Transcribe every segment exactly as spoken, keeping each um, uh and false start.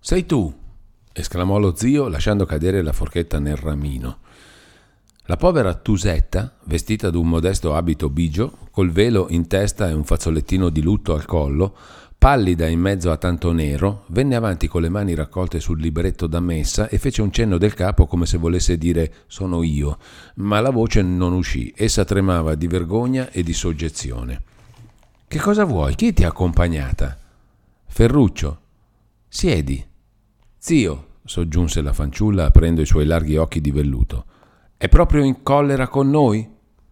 Sei tu, esclamò lo zio lasciando cadere la forchetta nel ramino. La povera Tusetta, vestita d'un modesto abito bigio, col velo in testa e un fazzolettino di lutto al collo, pallida in mezzo a tanto nero, venne avanti con le mani raccolte sul libretto da messa e fece un cenno del capo come se volesse dire «sono io», ma la voce non uscì, essa tremava di vergogna e di soggezione. «Che cosa vuoi? Chi ti ha accompagnata?» «Ferruccio». «Siedi». «Zio», soggiunse la fanciulla aprendo i suoi larghi occhi di velluto, «è proprio in collera con noi?»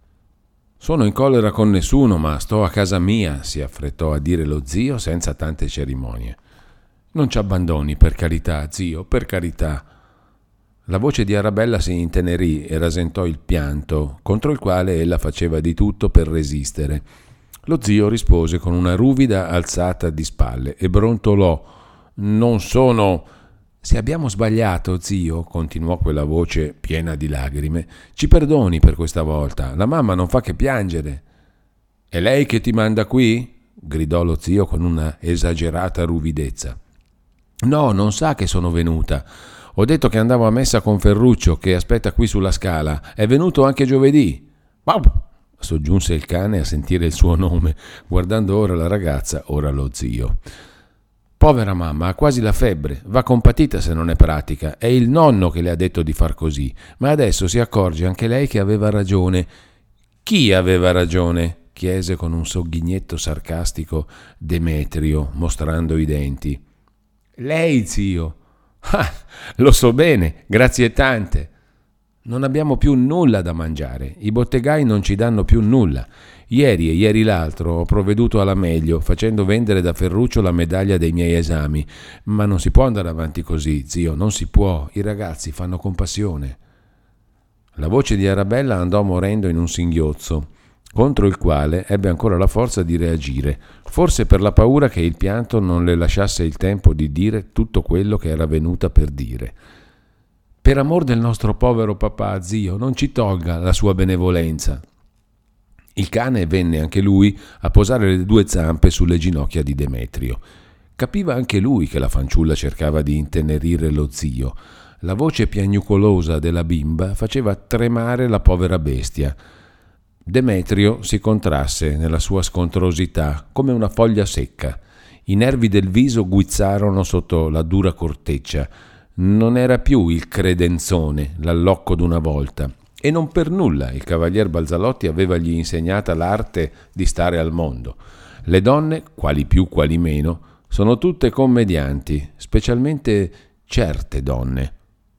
«Sono in collera con nessuno, ma sto a casa mia», si affrettò a dire lo zio senza tante cerimonie. «Non ci abbandoni, per carità, zio, per carità». La voce di Arabella si intenerì e rasentò il pianto, contro il quale ella faceva di tutto per resistere. Lo zio rispose con una ruvida alzata di spalle e brontolò: «Non sono...» «Se abbiamo sbagliato, zio», continuò quella voce piena di lagrime, «ci perdoni per questa volta. La mamma non fa che piangere». «È lei che ti manda qui?» gridò lo zio con una esagerata ruvidezza. «No, non sa che sono venuta. Ho detto che andavo a messa con Ferruccio, che aspetta qui sulla scala. È venuto anche giovedì». «Wow!» soggiunse il cane a sentire il suo nome, guardando ora la ragazza, ora lo zio. «Povera mamma, ha quasi la febbre, va compatita se non è pratica, è il nonno che le ha detto di far così, ma adesso si accorge anche lei che aveva ragione». «Chi aveva ragione?» chiese con un sogghignetto sarcastico Demetrio, mostrando i denti. «Lei, zio». «Ah, lo so bene, grazie tante». «Non abbiamo più nulla da mangiare, i bottegai non ci danno più nulla. Ieri e ieri l'altro ho provveduto alla meglio, facendo vendere da Ferruccio la medaglia dei miei esami. Ma non si può andare avanti così, zio, non si può, i ragazzi fanno compassione». La voce di Arabella andò morendo in un singhiozzo, contro il quale ebbe ancora la forza di reagire, forse per la paura che il pianto non le lasciasse il tempo di dire tutto quello che era venuta per dire. «Per amor del nostro povero papà, zio, non ci tolga la sua benevolenza». Il cane venne anche lui a posare le due zampe sulle ginocchia di Demetrio. Capiva anche lui che la fanciulla cercava di intenerire lo zio. La voce piagnucolosa della bimba faceva tremare la povera bestia. Demetrio si contrasse nella sua scontrosità come una foglia secca. I nervi del viso guizzarono sotto la dura corteccia. Non era più il credenzone, l'allocco d'una volta, e non per nulla il cavalier Balzalotti avevagli insegnata l'arte di stare al mondo. Le donne, quali più quali meno, sono tutte commedianti, specialmente certe donne.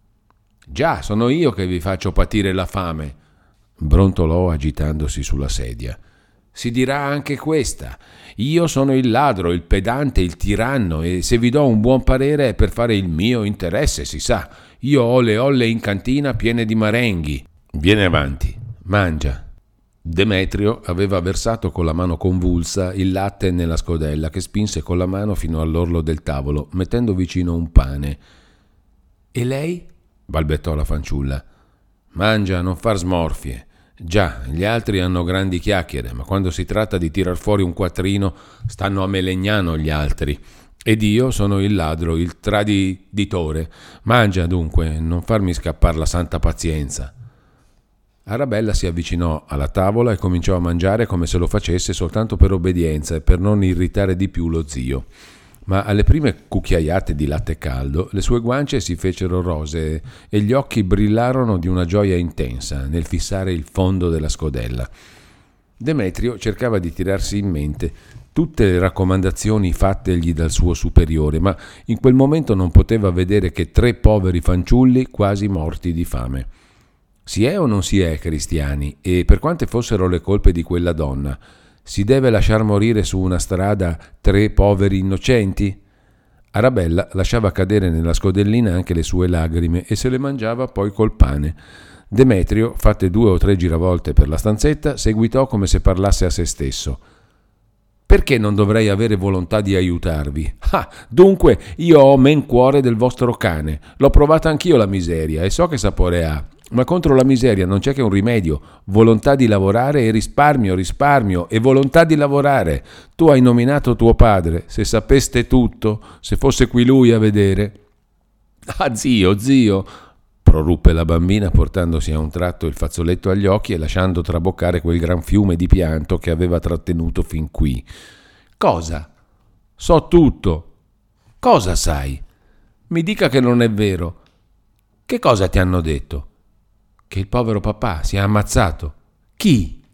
«Già, sono io che vi faccio patire la fame», brontolò agitandosi sulla sedia. «Si dirà anche questa. Io sono il ladro, il pedante, il tiranno, e se vi do un buon parere è per fare il mio interesse, si sa. Io ho le olle in cantina piene di marenghi. Vieni avanti, mangia». Demetrio aveva versato con la mano convulsa il latte nella scodella, che spinse con la mano fino all'orlo del tavolo, mettendo vicino un pane. «E lei?» balbettò la fanciulla. «Mangia, non far smorfie. Già, gli altri hanno grandi chiacchiere, ma quando si tratta di tirar fuori un quattrino stanno a Melegnano gli altri. Ed io sono il ladro, il traditore. Mangia dunque, non farmi scappar la santa pazienza». Arabella si avvicinò alla tavola e cominciò a mangiare come se lo facesse soltanto per obbedienza e per non irritare di più lo zio. Ma alle prime cucchiaiate di latte caldo le sue guance si fecero rosee e gli occhi brillarono di una gioia intensa nel fissare il fondo della scodella. Demetrio cercava di tirarsi in mente tutte le raccomandazioni fattegli dal suo superiore, ma in quel momento non poteva vedere che tre poveri fanciulli quasi morti di fame. Si è o non si è cristiani, e per quante fossero le colpe di quella donna, si deve lasciar morire su una strada tre poveri innocenti? Arabella lasciava cadere nella scodellina anche le sue lagrime e se le mangiava poi col pane. Demetrio, fatte due o tre giravolte per la stanzetta, seguitò come se parlasse a se stesso. «Perché non dovrei avere volontà di aiutarvi? Ah, dunque io ho men cuore del vostro cane. L'ho provata anch'io la miseria e so che sapore ha. Ma contro la miseria non c'è che un rimedio: volontà di lavorare e risparmio, risparmio e volontà di lavorare. Tu hai nominato tuo padre, se sapeste tutto, se fosse qui lui a vedere. Ah, zio, zio, proruppe la bambina portandosi a un tratto il fazzoletto agli occhi e lasciando traboccare quel gran fiume di pianto che aveva trattenuto fin qui. Cosa? So tutto. Cosa sai? Mi dica che non è vero. Che cosa ti hanno detto? Che il povero papà si è ammazzato. Chi?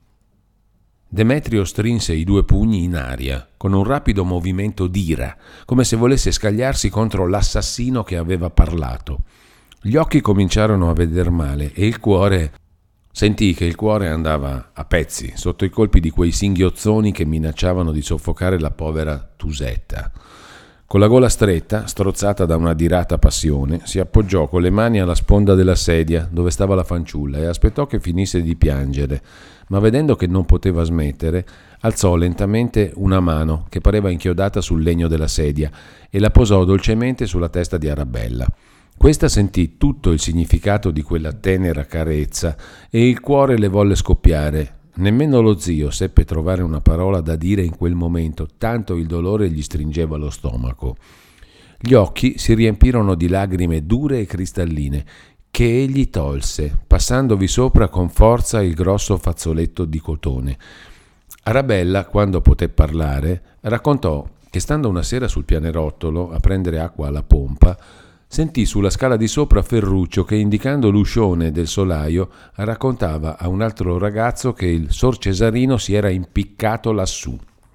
Demetrio strinse i due pugni in aria, con un rapido movimento d'ira, come se volesse scagliarsi contro l'assassino che aveva parlato. Gli occhi cominciarono a veder male e il cuore... Sentì che il cuore andava a pezzi sotto i colpi di quei singhiozzoni che minacciavano di soffocare la povera Tusetta. Con la gola stretta, strozzata da una dirata passione, si appoggiò con le mani alla sponda della sedia dove stava la fanciulla e aspettò che finisse di piangere, ma vedendo che non poteva smettere, alzò lentamente una mano che pareva inchiodata sul legno della sedia e la posò dolcemente sulla testa di Arabella. Questa sentì tutto il significato di quella tenera carezza e il cuore le volle scoppiare. Nemmeno lo zio seppe trovare una parola da dire in quel momento, tanto il dolore gli stringeva lo stomaco. Gli occhi si riempirono di lagrime dure e cristalline, che egli tolse, passandovi sopra con forza il grosso fazzoletto di cotone. Arabella, quando poté parlare, raccontò che stando una sera sul pianerottolo a prendere acqua alla pompa, sentì sulla scala di sopra Ferruccio che, indicando l'uscione del solaio, raccontava a un altro ragazzo che il sor Cesarino si era impiccato lassù.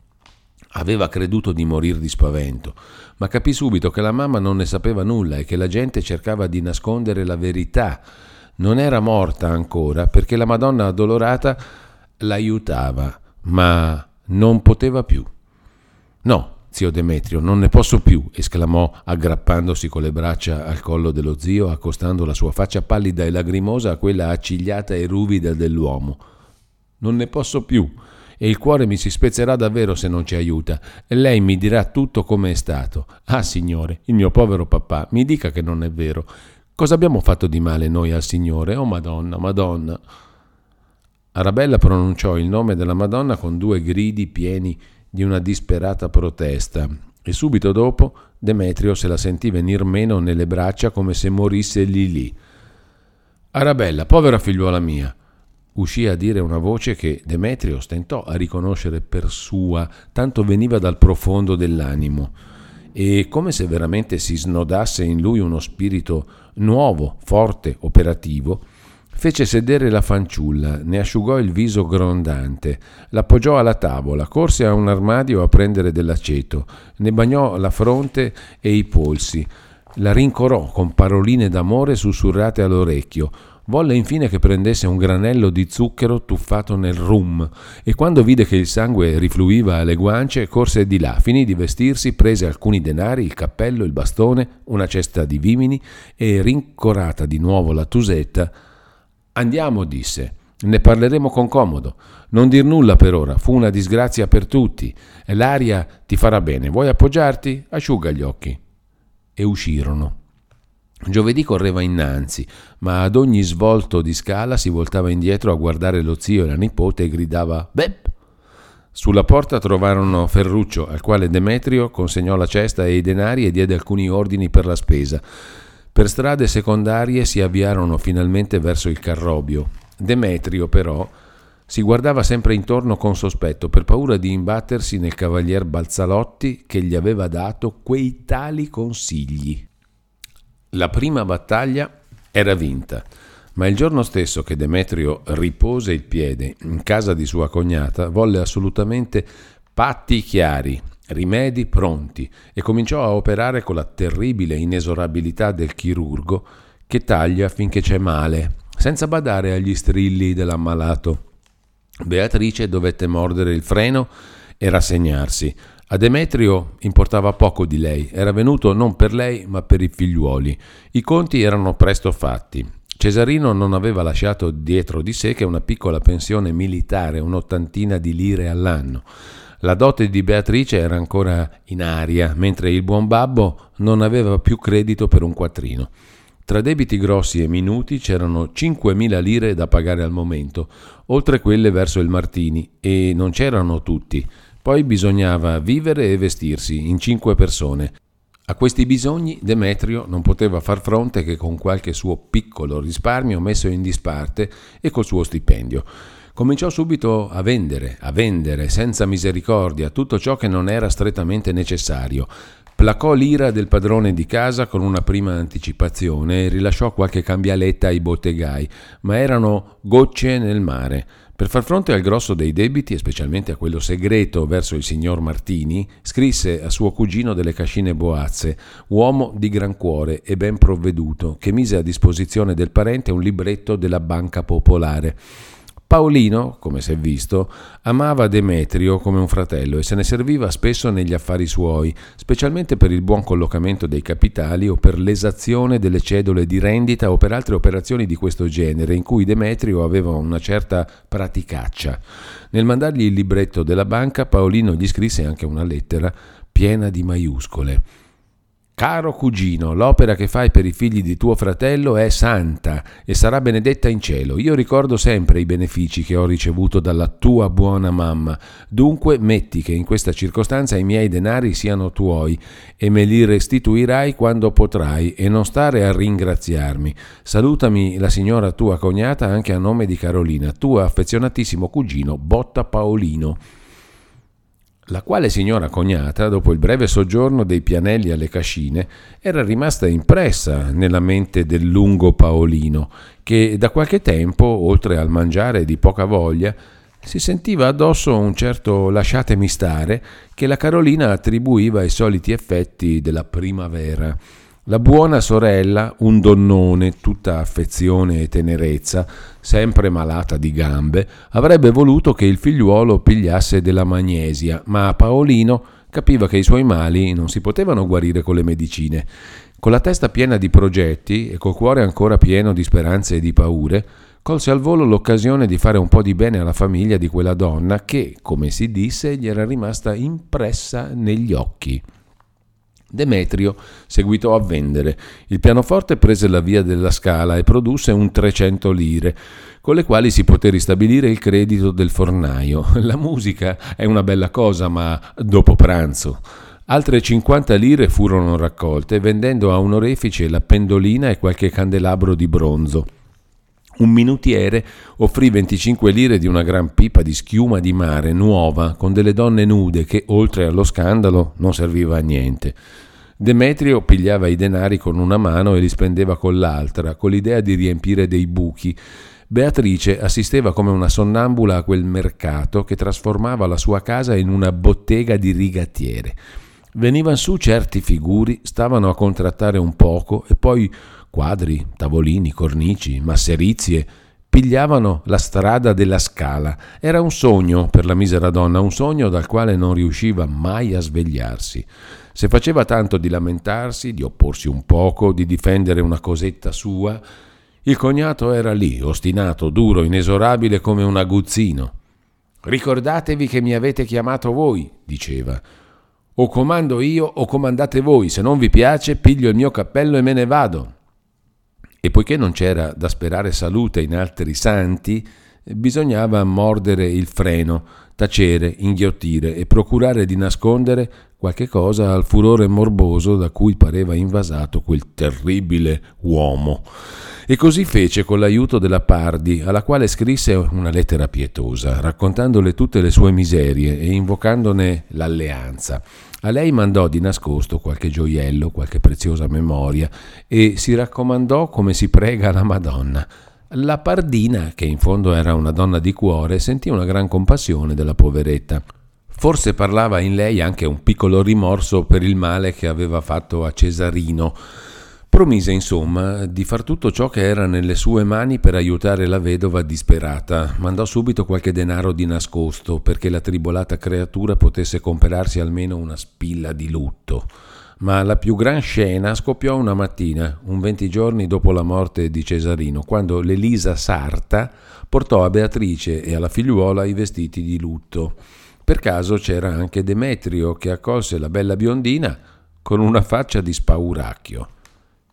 Aveva creduto di morir di spavento, ma capì subito che la mamma non ne sapeva nulla e che la gente cercava di nascondere la verità. Non era morta ancora perché la Madonna addolorata l'aiutava, ma non poteva più. No, zio Demetrio, non ne posso più, esclamò aggrappandosi con le braccia al collo dello zio, accostando la sua faccia pallida e lagrimosa a quella accigliata e ruvida dell'uomo. Non ne posso più, e il cuore mi si spezzerà davvero se non ci aiuta, e lei mi dirà tutto come è stato. Ah, signore, il mio povero papà, mi dica che non è vero. Cosa abbiamo fatto di male noi al Signore? Oh Madonna, Madonna. Arabella pronunciò il nome della Madonna con due gridi pieni di una disperata protesta, e subito dopo Demetrio se la sentì venir meno nelle braccia come se morisse lì lì. Arabella, povera figliuola mia, uscì a dire una voce che Demetrio stentò a riconoscere per sua, tanto veniva dal profondo dell'animo, e come se veramente si snodasse in lui uno spirito nuovo, forte, operativo, fece sedere la fanciulla, ne asciugò il viso grondante, l'appoggiò alla tavola, corse a un armadio a prendere dell'aceto, ne bagnò la fronte e i polsi, la rincorò con paroline d'amore sussurrate all'orecchio, volle infine che prendesse un granello di zucchero tuffato nel rum e quando vide che il sangue rifluiva alle guance corse di là, finì di vestirsi, prese alcuni denari, il cappello, il bastone, una cesta di vimini e, rincorata di nuovo la Tusetta, «Andiamo», disse, «ne parleremo con comodo. Non dir nulla per ora, fu una disgrazia per tutti. E l'aria ti farà bene. Vuoi appoggiarti? Asciuga gli occhi». E uscirono. Giovedì correva innanzi, ma ad ogni svolto di scala si voltava indietro a guardare lo zio e la nipote e gridava «Bep!». Sulla porta trovarono Ferruccio, al quale Demetrio consegnò la cesta e i denari e diede alcuni ordini per la spesa. Per strade secondarie si avviarono finalmente verso il Carrobio. Demetrio, però, si guardava sempre intorno con sospetto, per paura di imbattersi nel cavalier Balzalotti che gli aveva dato quei tali consigli. La prima battaglia era vinta, ma il giorno stesso che Demetrio ripose il piede in casa di sua cognata, volle assolutamente patti chiari, rimedi pronti e cominciò a operare con la terribile inesorabilità del chirurgo che taglia finché c'è male, senza badare agli strilli dell'ammalato. Beatrice dovette mordere il freno e rassegnarsi. A Demetrio importava poco di lei, era venuto non per lei ma per i figliuoli. I conti erano presto fatti. Cesarino non aveva lasciato dietro di sé che una piccola pensione militare, un'ottantina di lire all'anno. La dote di Beatrice era ancora in aria, mentre il buon babbo non aveva più credito per un quattrino. Tra debiti grossi e minuti c'erano cinquemila lire da pagare al momento, oltre quelle verso il Martini, e non c'erano tutti. Poi bisognava vivere e vestirsi in cinque persone. A questi bisogni Demetrio non poteva far fronte che con qualche suo piccolo risparmio messo in disparte e col suo stipendio. Cominciò subito a vendere, a vendere, senza misericordia, tutto ciò che non era strettamente necessario. Placò l'ira del padrone di casa con una prima anticipazione e rilasciò qualche cambialetta ai bottegai, ma erano gocce nel mare. Per far fronte al grosso dei debiti, e specialmente a quello segreto verso il signor Martini, scrisse a suo cugino delle Cascine Boazze, uomo di gran cuore e ben provveduto, che mise a disposizione del parente un libretto della Banca Popolare. Paolino, come si è visto, amava Demetrio come un fratello e se ne serviva spesso negli affari suoi, specialmente per il buon collocamento dei capitali o per l'esazione delle cedole di rendita o per altre operazioni di questo genere in cui Demetrio aveva una certa praticaccia. Nel mandargli il libretto della banca, Paolino gli scrisse anche una lettera piena di maiuscole. Caro cugino, l'opera che fai per i figli di tuo fratello è santa e sarà benedetta in cielo. Io ricordo sempre i benefici che ho ricevuto dalla tua buona mamma. Dunque metti che in questa circostanza i miei denari siano tuoi e me li restituirai quando potrai e non stare a ringraziarmi. Salutami la signora tua cognata anche a nome di Carolina, tuo affezionatissimo cugino Botta Paolino. La quale signora cognata, dopo il breve soggiorno dei Pianelli alle Cascine, era rimasta impressa nella mente del lungo Paolino, che da qualche tempo, oltre al mangiare di poca voglia, si sentiva addosso un certo lasciatemi stare che la Carolina attribuiva ai soliti effetti della primavera. La buona sorella, un donnone, tutta affezione e tenerezza, sempre malata di gambe, avrebbe voluto che il figliuolo pigliasse della magnesia, ma Paolino capiva che i suoi mali non si potevano guarire con le medicine. Con la testa piena di progetti e col cuore ancora pieno di speranze e di paure, colse al volo l'occasione di fare un po' di bene alla famiglia di quella donna che, come si disse, gli era rimasta impressa negli occhi. Demetrio seguitò a vendere. Il pianoforte prese la via della Scala e produsse un trecento lire, con le quali si poté ristabilire il credito del fornaio. La musica è una bella cosa, ma dopo pranzo. Altre cinquanta lire furono raccolte, vendendo a un orefice la pendolina e qualche candelabro di bronzo. Un minutiere offrì venticinque lire di una gran pipa di schiuma di mare, nuova, con delle donne nude che, oltre allo scandalo, non serviva a niente. Demetrio pigliava i denari con una mano e li spendeva con l'altra, con l'idea di riempire dei buchi. Beatrice assisteva come una sonnambula a quel mercato che trasformava la sua casa in una bottega di rigattiere. Venivan su certi figuri, stavano a contrattare un poco e poi quadri, tavolini, cornici, masserizie pigliavano la strada della Scala. Era un sogno per la misera donna, un sogno dal quale non riusciva mai a svegliarsi. Se faceva tanto di lamentarsi, di opporsi un poco, di difendere una cosetta sua, il cognato era lì, ostinato, duro, inesorabile come un aguzzino. «Ricordatevi che mi avete chiamato voi», diceva. «O comando io o comandate voi, se non vi piace piglio il mio cappello e me ne vado». E poiché non c'era da sperare salute in altri santi, bisognava mordere il freno, tacere, inghiottire e procurare di nascondere qualche cosa al furore morboso da cui pareva invasato quel terribile uomo. E così fece con l'aiuto della Pardi, alla quale scrisse una lettera pietosa, raccontandole tutte le sue miserie e invocandone l'alleanza. A lei mandò di nascosto qualche gioiello, qualche preziosa memoria e si raccomandò come si prega alla Madonna. La Pardina, che in fondo era una donna di cuore, sentì una gran compassione della poveretta. Forse parlava in lei anche un piccolo rimorso per il male che aveva fatto a Cesarino. Promise insomma di far tutto ciò che era nelle sue mani per aiutare la vedova disperata. Mandò subito qualche denaro di nascosto perché la tribolata creatura potesse comperarsi almeno una spilla di lutto. Ma la più gran scena scoppiò una mattina, un venti giorni dopo la morte di Cesarino, quando l'Elisa Sarta portò a Beatrice e alla figliuola i vestiti di lutto. Per caso c'era anche Demetrio che accolse la bella biondina con una faccia di spauracchio.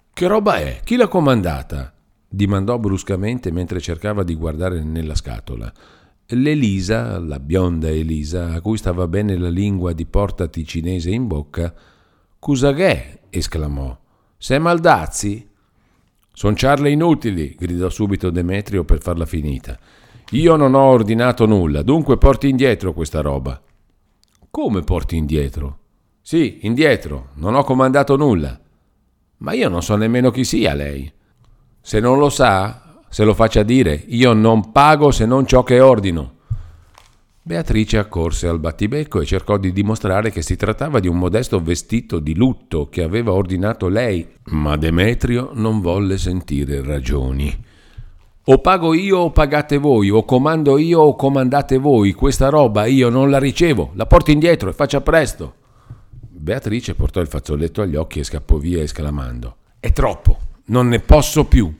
Che roba è? Chi l'ha comandata? Dimandò bruscamente mentre cercava di guardare nella scatola. L'Elisa, la bionda Elisa, a cui stava bene la lingua di porta ticinese in bocca, «Cusa gh'è?» esclamò. «Sei Maldazzi?» «Son ciarle inutili», gridò subito Demetrio per farla finita. «Io non ho ordinato nulla, dunque porti indietro questa roba». «Come porti indietro?» «Sì, indietro, non ho comandato nulla». «Ma io non so nemmeno chi sia lei». «Se non lo sa, se lo faccia dire, io non pago se non ciò che ordino». Beatrice accorse al battibecco e cercò di dimostrare che si trattava di un modesto vestito di lutto che aveva ordinato lei, ma Demetrio non volle sentire ragioni. «O pago io o pagate voi, o comando io o comandate voi, questa roba io non la ricevo, la porti indietro e faccia presto». Beatrice portò il fazzoletto agli occhi e scappò via esclamando: «È troppo, non ne posso più».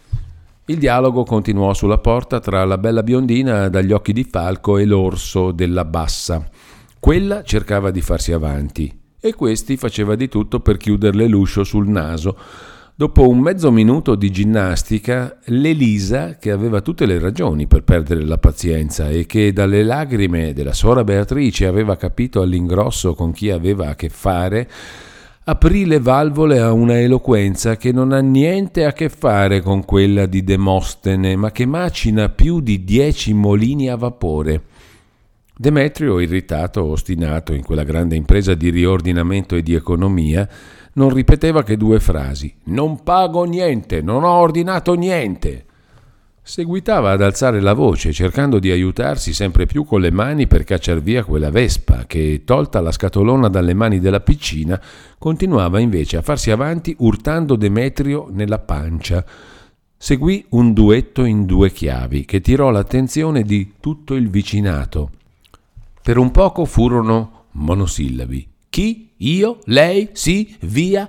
Il dialogo continuò sulla porta tra la bella biondina dagli occhi di falco e l'orso della bassa. Quella cercava di farsi avanti e questi faceva di tutto per chiuderle l'uscio sul naso. Dopo un mezzo minuto di ginnastica, l'Elisa, che aveva tutte le ragioni per perdere la pazienza e che dalle lagrime della suora Beatrice aveva capito all'ingrosso con chi aveva a che fare, aprì le valvole a una eloquenza che non ha niente a che fare con quella di Demostene, ma che macina più di dieci molini a vapore. Demetrio, irritato, ostinato in quella grande impresa di riordinamento e di economia, non ripeteva che due frasi: «Non pago niente, non ho ordinato niente». Seguitava ad alzare la voce, cercando di aiutarsi sempre più con le mani per cacciar via quella vespa che, tolta la scatolona dalle mani della piccina, continuava invece a farsi avanti urtando Demetrio nella pancia. Seguì un duetto in due chiavi che tirò l'attenzione di tutto il vicinato. Per un poco furono monosillabi: «Chi? Io? Lei? Sì? Via?»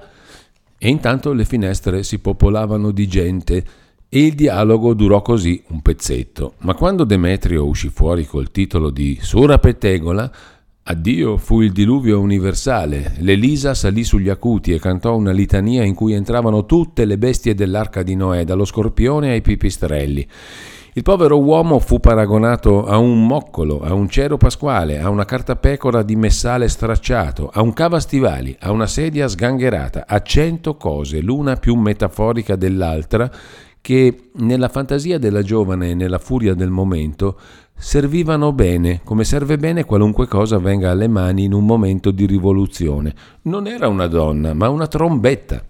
E intanto le finestre si popolavano di gente e il dialogo durò così un pezzetto. Ma quando Demetrio uscì fuori col titolo di Sura Pettegola, addio fu il diluvio universale. L'Elisa salì sugli acuti e cantò una litania in cui entravano tutte le bestie dell'arca di Noè, dallo scorpione ai pipistrelli. Il povero uomo fu paragonato a un moccolo, a un cero pasquale, a una cartapecora di messale stracciato, a un cavastivali, a una sedia sgangherata, a cento cose, l'una più metaforica dell'altra, che nella fantasia della giovane e nella furia del momento servivano bene, come serve bene qualunque cosa venga alle mani in un momento di rivoluzione. Non era una donna, ma una trombetta.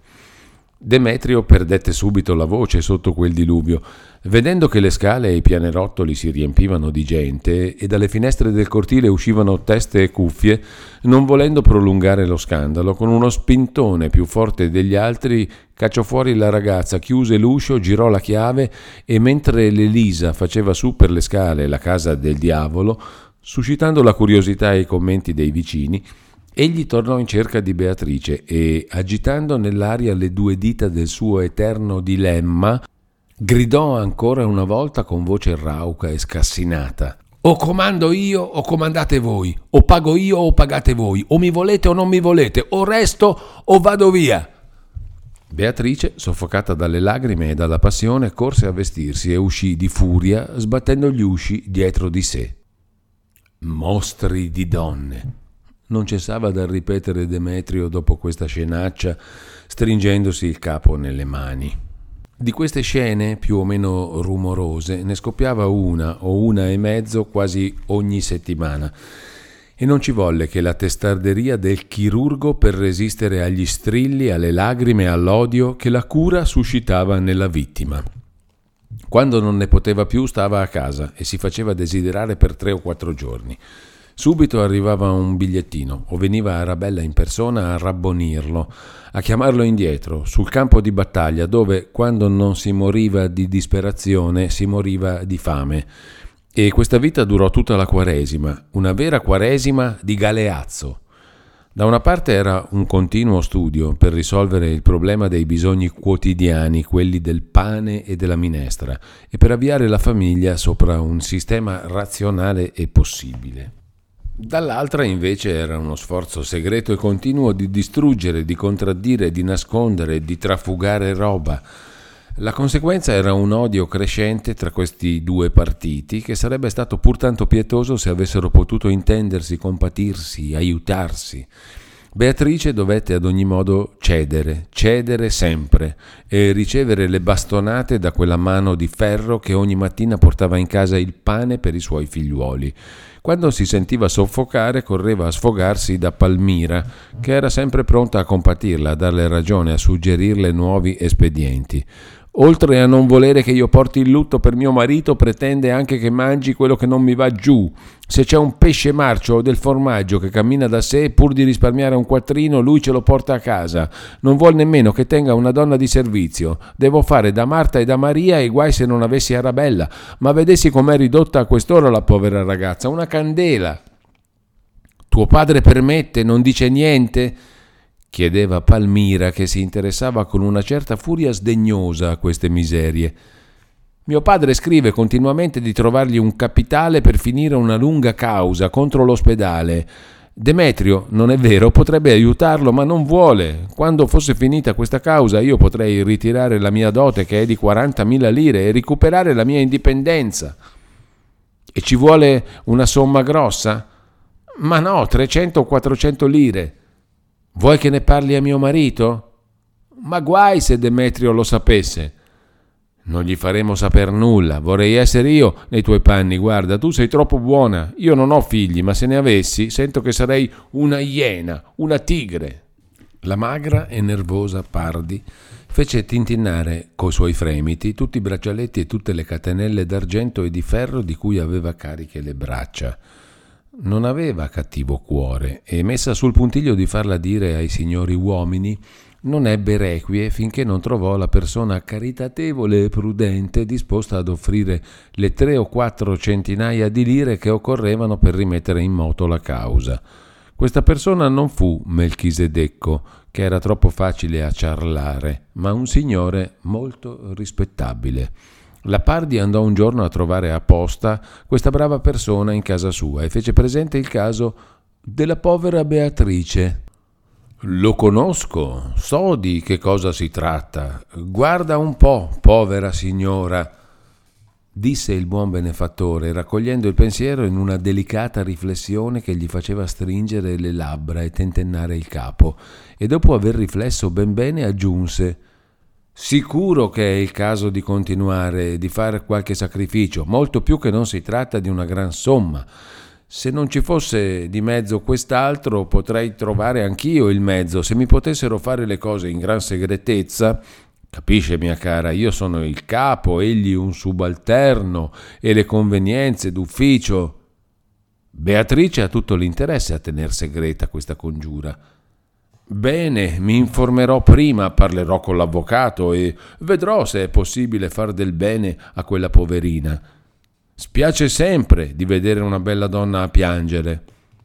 Demetrio perdette subito la voce sotto quel diluvio. Vedendo che le scale e i pianerottoli si riempivano di gente e dalle finestre del cortile uscivano teste e cuffie, non volendo prolungare lo scandalo, con uno spintone più forte degli altri cacciò fuori la ragazza, chiuse l'uscio, girò la chiave e mentre l'Elisa faceva su per le scale la casa del diavolo, suscitando la curiosità e i commenti dei vicini, egli tornò in cerca di Beatrice e, agitando nell'aria le due dita del suo eterno dilemma, gridò ancora una volta con voce rauca e scassinata: «O comando io o comandate voi, o pago io o pagate voi, o mi volete o non mi volete, o resto o vado via». Beatrice, soffocata dalle lagrime e dalla passione, corse a vestirsi e uscì di furia, sbattendo gli usci dietro di sé. «Mostri di donne», non cessava dal ripetere Demetrio dopo questa scenaccia, stringendosi il capo nelle mani. Di queste scene, più o meno rumorose, ne scoppiava una o una e mezzo quasi ogni settimana, e non ci volle che la testarderia del chirurgo per resistere agli strilli, alle lagrime e all'odio che la cura suscitava nella vittima. Quando non ne poteva più stava a casa e si faceva desiderare per tre o quattro giorni. Subito arrivava un bigliettino o veniva Arabella in persona a rabbonirlo, a chiamarlo indietro sul campo di battaglia dove, quando non si moriva di disperazione, si moriva di fame. E questa vita durò tutta la Quaresima, una vera Quaresima di Galeazzo. Da una parte era un continuo studio per risolvere il problema dei bisogni quotidiani, quelli del pane e della minestra, e per avviare la famiglia sopra un sistema razionale e possibile. Dall'altra invece era uno sforzo segreto e continuo di distruggere, di contraddire, di nascondere, di trafugare roba. La conseguenza era un odio crescente tra questi due partiti che sarebbe stato pur tanto pietoso se avessero potuto intendersi, compatirsi, aiutarsi. Beatrice dovette ad ogni modo cedere, cedere sempre e ricevere le bastonate da quella mano di ferro che ogni mattina portava in casa il pane per i suoi figliuoli. Quando si sentiva soffocare correva a sfogarsi da Palmira, che era sempre pronta a compatirla, a darle ragione, a suggerirle nuovi espedienti. Oltre a non volere che io porti il lutto per mio marito, pretende anche che mangi quello che non mi va giù. Se c'è un pesce marcio o del formaggio che cammina da sé, pur di risparmiare un quattrino, lui ce lo porta a casa. Non vuol nemmeno che tenga una donna di servizio. Devo fare da Marta e da Maria e guai se non avessi Arabella. Ma vedessi com'è ridotta a quest'ora la povera ragazza, una candela. Tuo padre permette, non dice niente? Chiedeva Palmira, che si interessava con una certa furia sdegnosa a queste miserie. Mio padre scrive continuamente di trovargli un capitale per finire una lunga causa contro l'ospedale. Demetrio, non è vero, potrebbe aiutarlo, ma non vuole. Quando fosse finita questa causa io potrei ritirare la mia dote, che è di quarantamila lire, e recuperare la mia indipendenza. E ci vuole una somma grossa? Ma no, trecento o quattrocento lire. Vuoi che ne parli a mio marito? Ma guai se Demetrio lo sapesse. Non gli faremo saper nulla, vorrei essere io nei tuoi panni, guarda, tu sei troppo buona, io non ho figli, ma se ne avessi sento che sarei una iena, una tigre. La magra e nervosa Pardi fece tintinnare coi suoi fremiti tutti i braccialetti e tutte le catenelle d'argento e di ferro di cui aveva cariche le braccia. Non aveva cattivo cuore e, messa sul puntiglio di farla dire ai signori uomini, non ebbe requie finché non trovò la persona caritatevole e prudente disposta ad offrire le tre o quattro centinaia di lire che occorrevano per rimettere in moto la causa. Questa persona non fu Melchisedecco, che era troppo facile a ciarlare, ma un signore molto rispettabile. La Pardi andò un giorno a trovare apposta questa brava persona in casa sua e fece presente il caso della povera Beatrice. «Lo conosco, so di che cosa si tratta. Guarda un po', povera signora», disse il buon benefattore, raccogliendo il pensiero in una delicata riflessione che gli faceva stringere le labbra e tentennare il capo, e dopo aver riflesso ben bene aggiunse: «Sicuro che è il caso di continuare, di fare qualche sacrificio, molto più che non si tratta di una gran somma. Se non ci fosse di mezzo quest'altro, potrei trovare anch'io il mezzo. Se mi potessero fare le cose in gran segretezza, capisce mia cara, io sono il capo, egli un subalterno, e le convenienze d'ufficio». Beatrice ha tutto l'interesse a tener segreta questa congiura. «Bene, mi informerò prima, parlerò con l'avvocato e vedrò se è possibile far del bene a quella poverina. Spiace sempre di vedere una bella donna a piangere».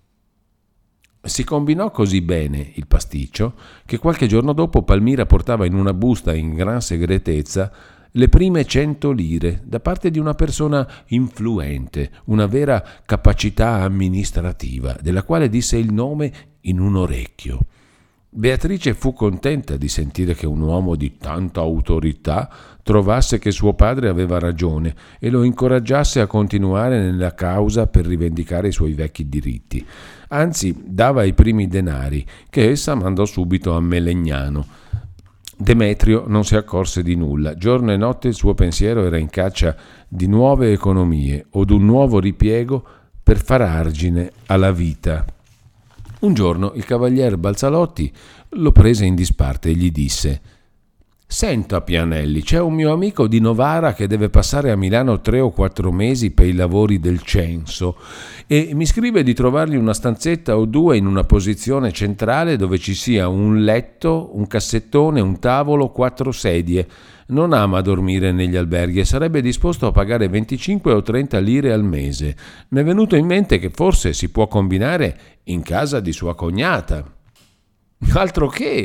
Si combinò così bene il pasticcio che qualche giorno dopo Palmira portava in una busta in gran segretezza le prime cento lire da parte di una persona influente, una vera capacità amministrativa, della quale disse il nome in un orecchio. Beatrice fu contenta di sentire che un uomo di tanta autorità trovasse che suo padre aveva ragione e lo incoraggiasse a continuare nella causa per rivendicare i suoi vecchi diritti. Anzi, dava i primi denari, che essa mandò subito a Melegnano. Demetrio non si accorse di nulla. Giorno e notte il suo pensiero era in caccia di nuove economie o d'un nuovo ripiego per far argine alla vita. Un giorno il cavalier Balzalotti lo prese in disparte e gli disse: «Senta, Pianelli, c'è un mio amico di Novara che deve passare a Milano tre o quattro mesi per i lavori del censo e mi scrive di trovargli una stanzetta o due in una posizione centrale dove ci sia un letto, un cassettone, un tavolo, quattro sedie. Non ama dormire negli alberghi e sarebbe disposto a pagare venticinque o trenta lire al mese. Mi è venuto in mente che forse si può combinare in casa di sua cognata». «Altro che!»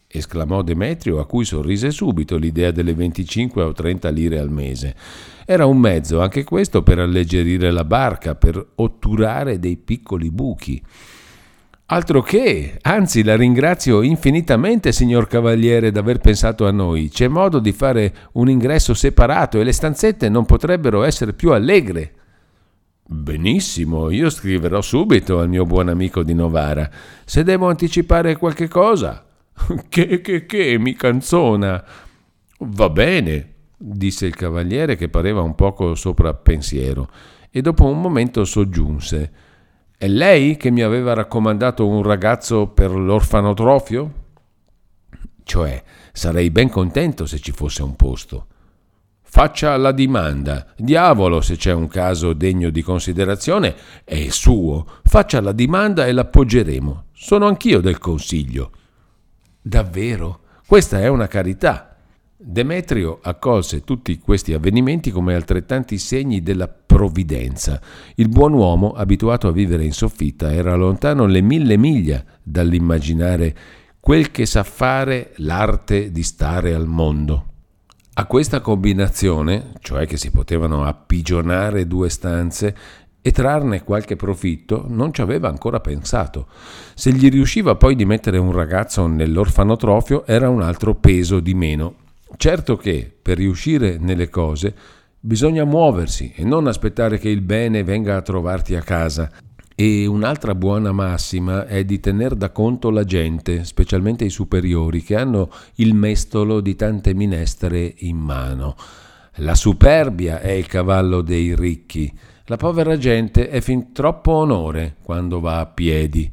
esclamò Demetrio, a cui sorrise subito l'idea delle venticinque o trenta lire al mese. Era un mezzo, anche questo, per alleggerire la barca, per otturare dei piccoli buchi. Altro che, anzi la ringrazio infinitamente, signor Cavaliere, d'aver pensato a noi. C'è modo di fare un ingresso separato e le stanzette non potrebbero essere più allegre. Benissimo, io scriverò subito al mio buon amico di Novara. Se devo anticipare qualche cosa... Che, che, che, mi canzona. Va bene, disse il Cavaliere, che pareva un poco sopra pensiero, e dopo un momento soggiunse: è lei che mi aveva raccomandato un ragazzo per l'orfanotrofio? Cioè, sarei ben contento se ci fosse un posto. Faccia la dimanda. Diavolo, se c'è un caso degno di considerazione, è suo. Faccia la dimanda e l'appoggeremo. Sono anch'io del consiglio. Davvero? Questa è una carità. Demetrio accolse tutti questi avvenimenti come altrettanti segni della provvidenza. Il buon uomo, abituato a vivere in soffitta, era lontano le mille miglia dall'immaginare quel che sa fare l'arte di stare al mondo. A questa combinazione, cioè che si potevano appigionare due stanze e trarne qualche profitto, non ci aveva ancora pensato. Se gli riusciva poi di mettere un ragazzo nell'orfanotrofio, era un altro peso di meno. Certo che, per riuscire nelle cose, bisogna muoversi e non aspettare che il bene venga a trovarti a casa. E un'altra buona massima è di tener da conto la gente, specialmente i superiori, che hanno il mestolo di tante minestre in mano. La superbia è il cavallo dei ricchi. La povera gente è fin troppo onore quando va a piedi.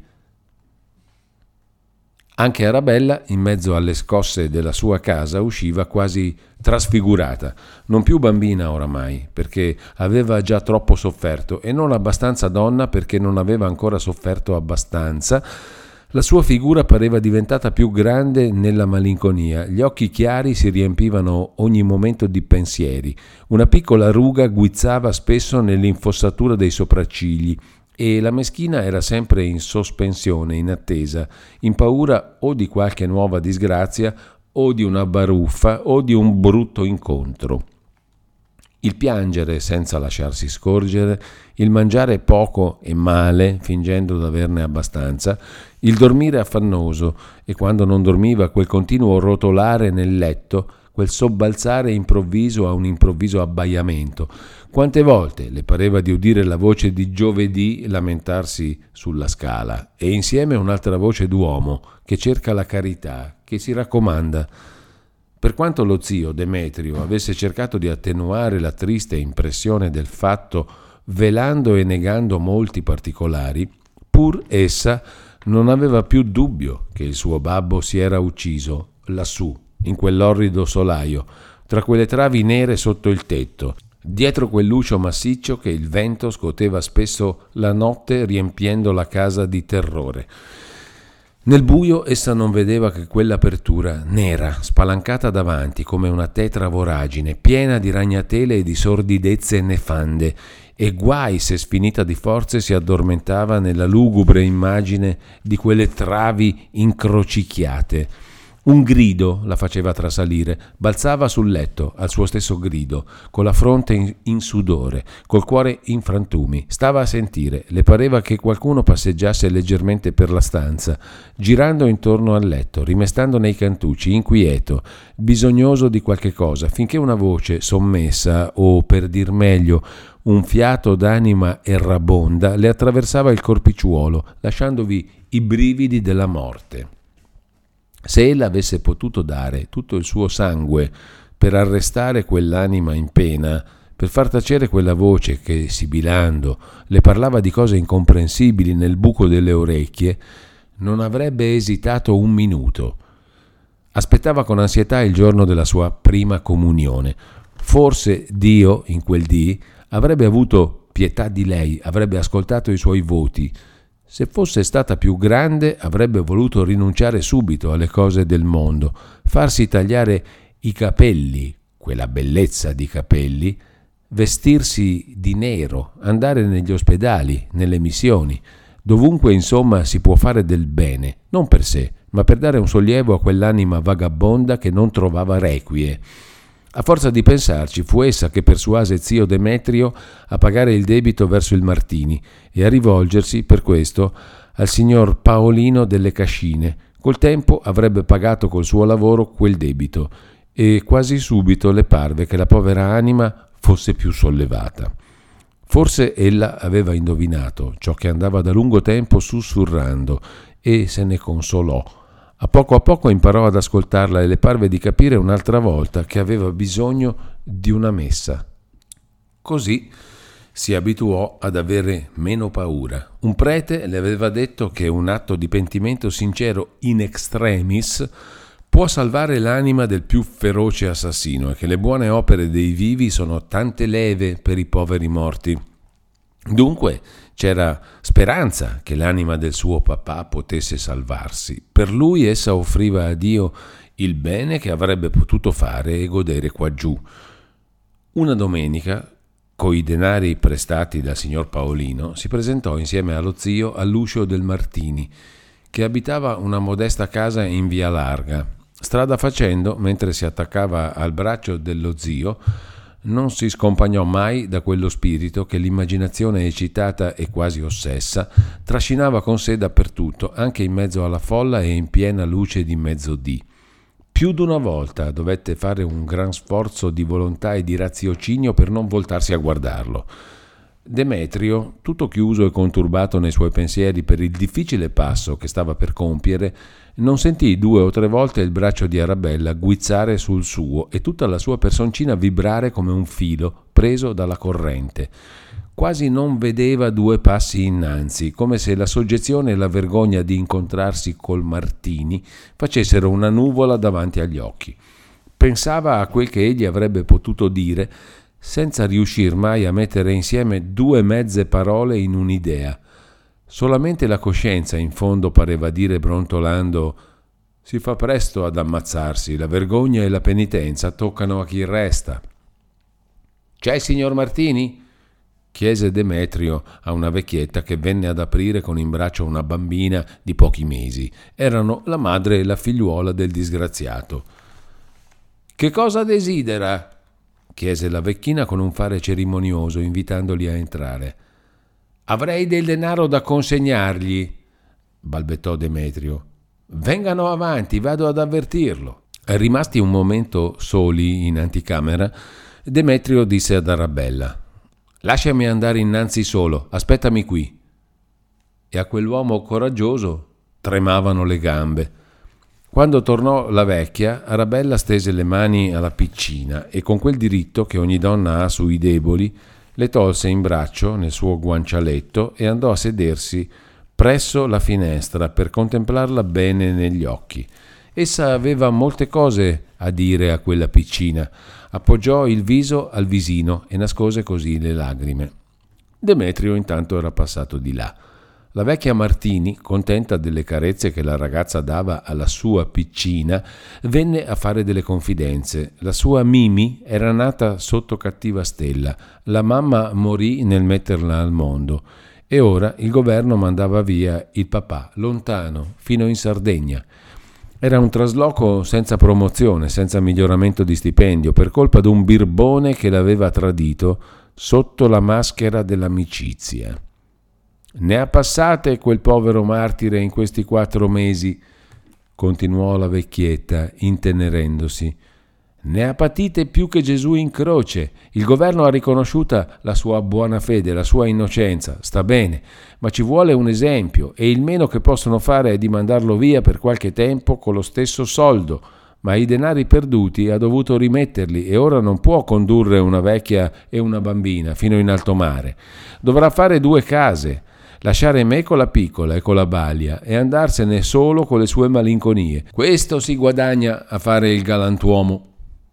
Anche Arabella, in mezzo alle scosse della sua casa, usciva quasi trasfigurata, non più bambina oramai, perché aveva già troppo sofferto, e non abbastanza donna perché non aveva ancora sofferto abbastanza. La sua figura pareva diventata più grande nella malinconia, gli occhi chiari si riempivano ogni momento di pensieri, una piccola ruga guizzava spesso nell'infossatura dei sopraccigli, e la meschina era sempre in sospensione, in attesa, in paura o di qualche nuova disgrazia, o di una baruffa, o di un brutto incontro. Il piangere senza lasciarsi scorgere, il mangiare poco e male, fingendo d'averne abbastanza, il dormire affannoso, e quando non dormiva quel continuo rotolare nel letto, quel sobbalzare improvviso a un improvviso abbaiamento. Quante volte le pareva di udire la voce di Giovedì lamentarsi sulla scala, e insieme un'altra voce d'uomo che cerca la carità, che si raccomanda. Per quanto lo zio Demetrio avesse cercato di attenuare la triste impressione del fatto, velando e negando molti particolari, pur essa non aveva più dubbio che il suo babbo si era ucciso lassù, in quell'orrido solaio, tra quelle travi nere sotto il tetto, dietro quell'uscio massiccio che il vento scoteva spesso la notte riempiendo la casa di terrore. Nel buio essa non vedeva che quell'apertura nera, spalancata davanti come una tetra voragine, piena di ragnatele e di sordidezze nefande, e guai se sfinita di forze si addormentava nella lugubre immagine di quelle travi incrocicchiate. Un grido la faceva trasalire, balzava sul letto al suo stesso grido, con la fronte in, in sudore, col cuore in frantumi. Stava a sentire, le pareva che qualcuno passeggiasse leggermente per la stanza, girando intorno al letto, rimestando nei cantucci, inquieto, bisognoso di qualche cosa, finché una voce sommessa, o per dir meglio, un fiato d'anima errabonda, le attraversava il corpicciuolo, lasciandovi i brividi della morte. Se ella avesse potuto dare tutto il suo sangue per arrestare quell'anima in pena, per far tacere quella voce che, sibilando, le parlava di cose incomprensibili nel buco delle orecchie, non avrebbe esitato un minuto. Aspettava con ansietà il giorno della sua prima comunione. Forse Dio, in quel dì, avrebbe avuto pietà di lei, avrebbe ascoltato i suoi voti. Se fosse stata più grande, avrebbe voluto rinunciare subito alle cose del mondo, farsi tagliare i capelli, quella bellezza di capelli, vestirsi di nero, andare negli ospedali, nelle missioni, dovunque insomma si può fare del bene, non per sé, ma per dare un sollievo a quell'anima vagabonda che non trovava requie. A forza di pensarci, fu essa che persuase zio Demetrio a pagare il debito verso il Martini e a rivolgersi, per questo, al signor Paolino delle Cascine. Col tempo avrebbe pagato col suo lavoro quel debito e quasi subito le parve che la povera anima fosse più sollevata. Forse ella aveva indovinato ciò che andava da lungo tempo sussurrando e se ne consolò. A poco a poco imparò ad ascoltarla e le parve di capire un'altra volta che aveva bisogno di una messa. Così si abituò ad avere meno paura. Un prete le aveva detto che un atto di pentimento sincero in extremis può salvare l'anima del più feroce assassino e che le buone opere dei vivi sono tante leve per i poveri morti. Dunque c'era speranza che l'anima del suo papà potesse salvarsi. Per lui essa offriva a Dio il bene che avrebbe potuto fare e godere quaggiù. Una domenica, coi denari prestati dal signor Paolino, si presentò insieme allo zio all'uscio del Martini, che abitava una modesta casa in via Larga. Strada facendo, mentre si attaccava al braccio dello zio, non si scompagnò mai da quello spirito che l'immaginazione eccitata e quasi ossessa trascinava con sé dappertutto, anche in mezzo alla folla e in piena luce di mezzodì. Più d'una volta dovette fare un gran sforzo di volontà e di raziocinio per non voltarsi a guardarlo. Demetrio, tutto chiuso e conturbato nei suoi pensieri per il difficile passo che stava per compiere, non sentì due o tre volte il braccio di Arabella guizzare sul suo e tutta la sua personcina vibrare come un filo preso dalla corrente. Quasi non vedeva due passi innanzi, come se la soggezione e la vergogna di incontrarsi col Martini facessero una nuvola davanti agli occhi. Pensava a quel che egli avrebbe potuto dire senza riuscir mai a mettere insieme due mezze parole in un'idea. Solamente la coscienza in fondo pareva dire brontolando: si fa presto ad ammazzarsi, la vergogna e la penitenza toccano a chi resta. C'è il signor Martini? Chiese Demetrio a una vecchietta che venne ad aprire con in braccio una bambina di pochi mesi. Erano la madre e la figliuola del disgraziato. Che cosa desidera? Chiese la vecchina con un fare cerimonioso, invitandoli a entrare. Avrei del denaro da consegnargli, balbettò Demetrio. Vengano avanti, vado ad avvertirlo. Rimasti un momento soli in anticamera, Demetrio disse ad Arabella: lasciami andare innanzi solo, aspettami qui. E a quell'uomo coraggioso tremavano le gambe. Quando tornò la vecchia, Arabella stese le mani alla piccina e con quel diritto che ogni donna ha sui deboli, le tolse in braccio nel suo guancialetto e andò a sedersi presso la finestra per contemplarla bene negli occhi. Essa aveva molte cose a dire a quella piccina. Appoggiò il viso al visino e nascose così le lagrime. Demetrio intanto era passato di là. La vecchia Martini, contenta delle carezze che la ragazza dava alla sua piccina, venne a fare delle confidenze. La sua Mimi era nata sotto cattiva stella, la mamma morì nel metterla al mondo e ora il governo mandava via il papà, lontano, fino in Sardegna. Era un trasloco senza promozione, senza miglioramento di stipendio, per colpa d'un birbone che l'aveva tradito sotto la maschera dell'amicizia. Ne ha passate quel povero martire in questi quattro mesi, continuò la vecchietta, intenerendosi. Ne ha patite più che Gesù in croce. Il governo ha riconosciuta la sua buona fede, la sua innocenza, sta bene, ma ci vuole un esempio e il meno che possono fare è di mandarlo via per qualche tempo con lo stesso soldo, ma i denari perduti ha dovuto rimetterli e ora non può condurre una vecchia e una bambina fino in alto mare. Dovrà fare due case. Lasciare me con la piccola e con la balia e andarsene solo con le sue malinconie. Questo si guadagna a fare il galantuomo.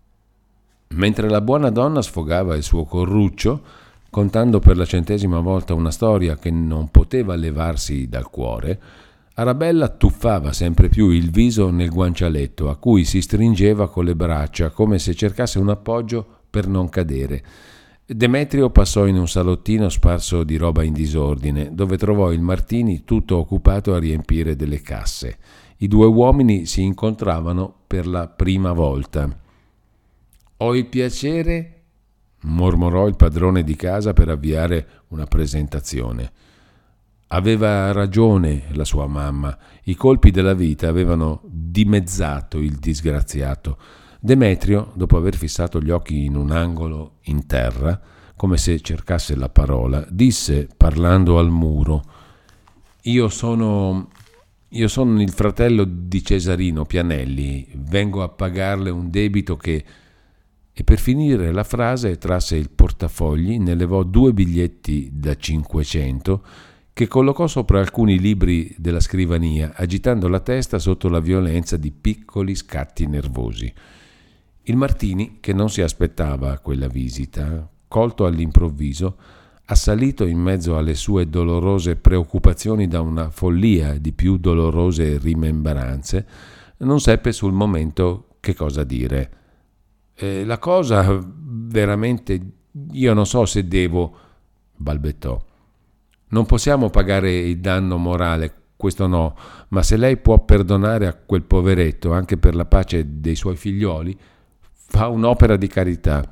Mentre la buona donna sfogava il suo corruccio, contando per la centesima volta una storia che non poteva levarsi dal cuore, Arabella tuffava sempre più il viso nel guancialetto, a cui si stringeva con le braccia come se cercasse un appoggio per non cadere. Demetrio passò in un salottino sparso di roba in disordine, dove trovò il Martini tutto occupato a riempire delle casse. I due uomini si incontravano per la prima volta. «Ho il piacere», mormorò il padrone di casa per avviare una presentazione. Aveva ragione la sua mamma. I colpi della vita avevano dimezzato il disgraziato. Demetrio, dopo aver fissato gli occhi in un angolo in terra, come se cercasse la parola, disse, parlando al muro: Io sono... Io sono il fratello di Cesarino Pianelli, vengo a pagarle un debito che... E per finire la frase trasse il portafogli, ne levò due biglietti da cinquecento che collocò sopra alcuni libri della scrivania, agitando la testa sotto la violenza di piccoli scatti nervosi. Il Martini, che non si aspettava quella visita, colto all'improvviso, assalito in mezzo alle sue dolorose preoccupazioni da una follia di più dolorose rimembranze, non seppe sul momento che cosa dire. Eh, la cosa veramente, io non so se devo, balbettò. Non possiamo pagare il danno morale, questo no, ma se lei può perdonare a quel poveretto, anche per la pace dei suoi figlioli, fa un'opera di carità.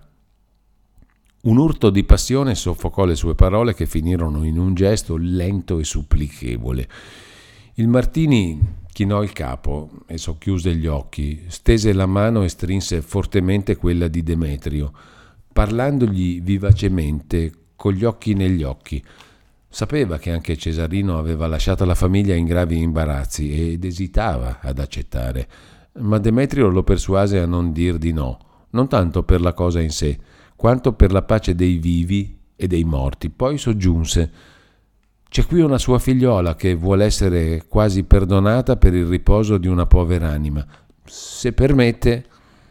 Un urto di passione soffocò le sue parole, che finirono in un gesto lento e supplichevole. Il Martini chinò il capo e socchiuse gli occhi, stese la mano e strinse fortemente quella di Demetrio, parlandogli vivacemente, con gli occhi negli occhi. Sapeva che anche Cesarino aveva lasciato la famiglia in gravi imbarazzi ed esitava ad accettare, ma Demetrio lo persuase a non dir di no, non tanto per la cosa in sé, quanto per la pace dei vivi e dei morti. Poi soggiunse: «C'è qui una sua figliola che vuole essere quasi perdonata per il riposo di una povera anima. Se permette...»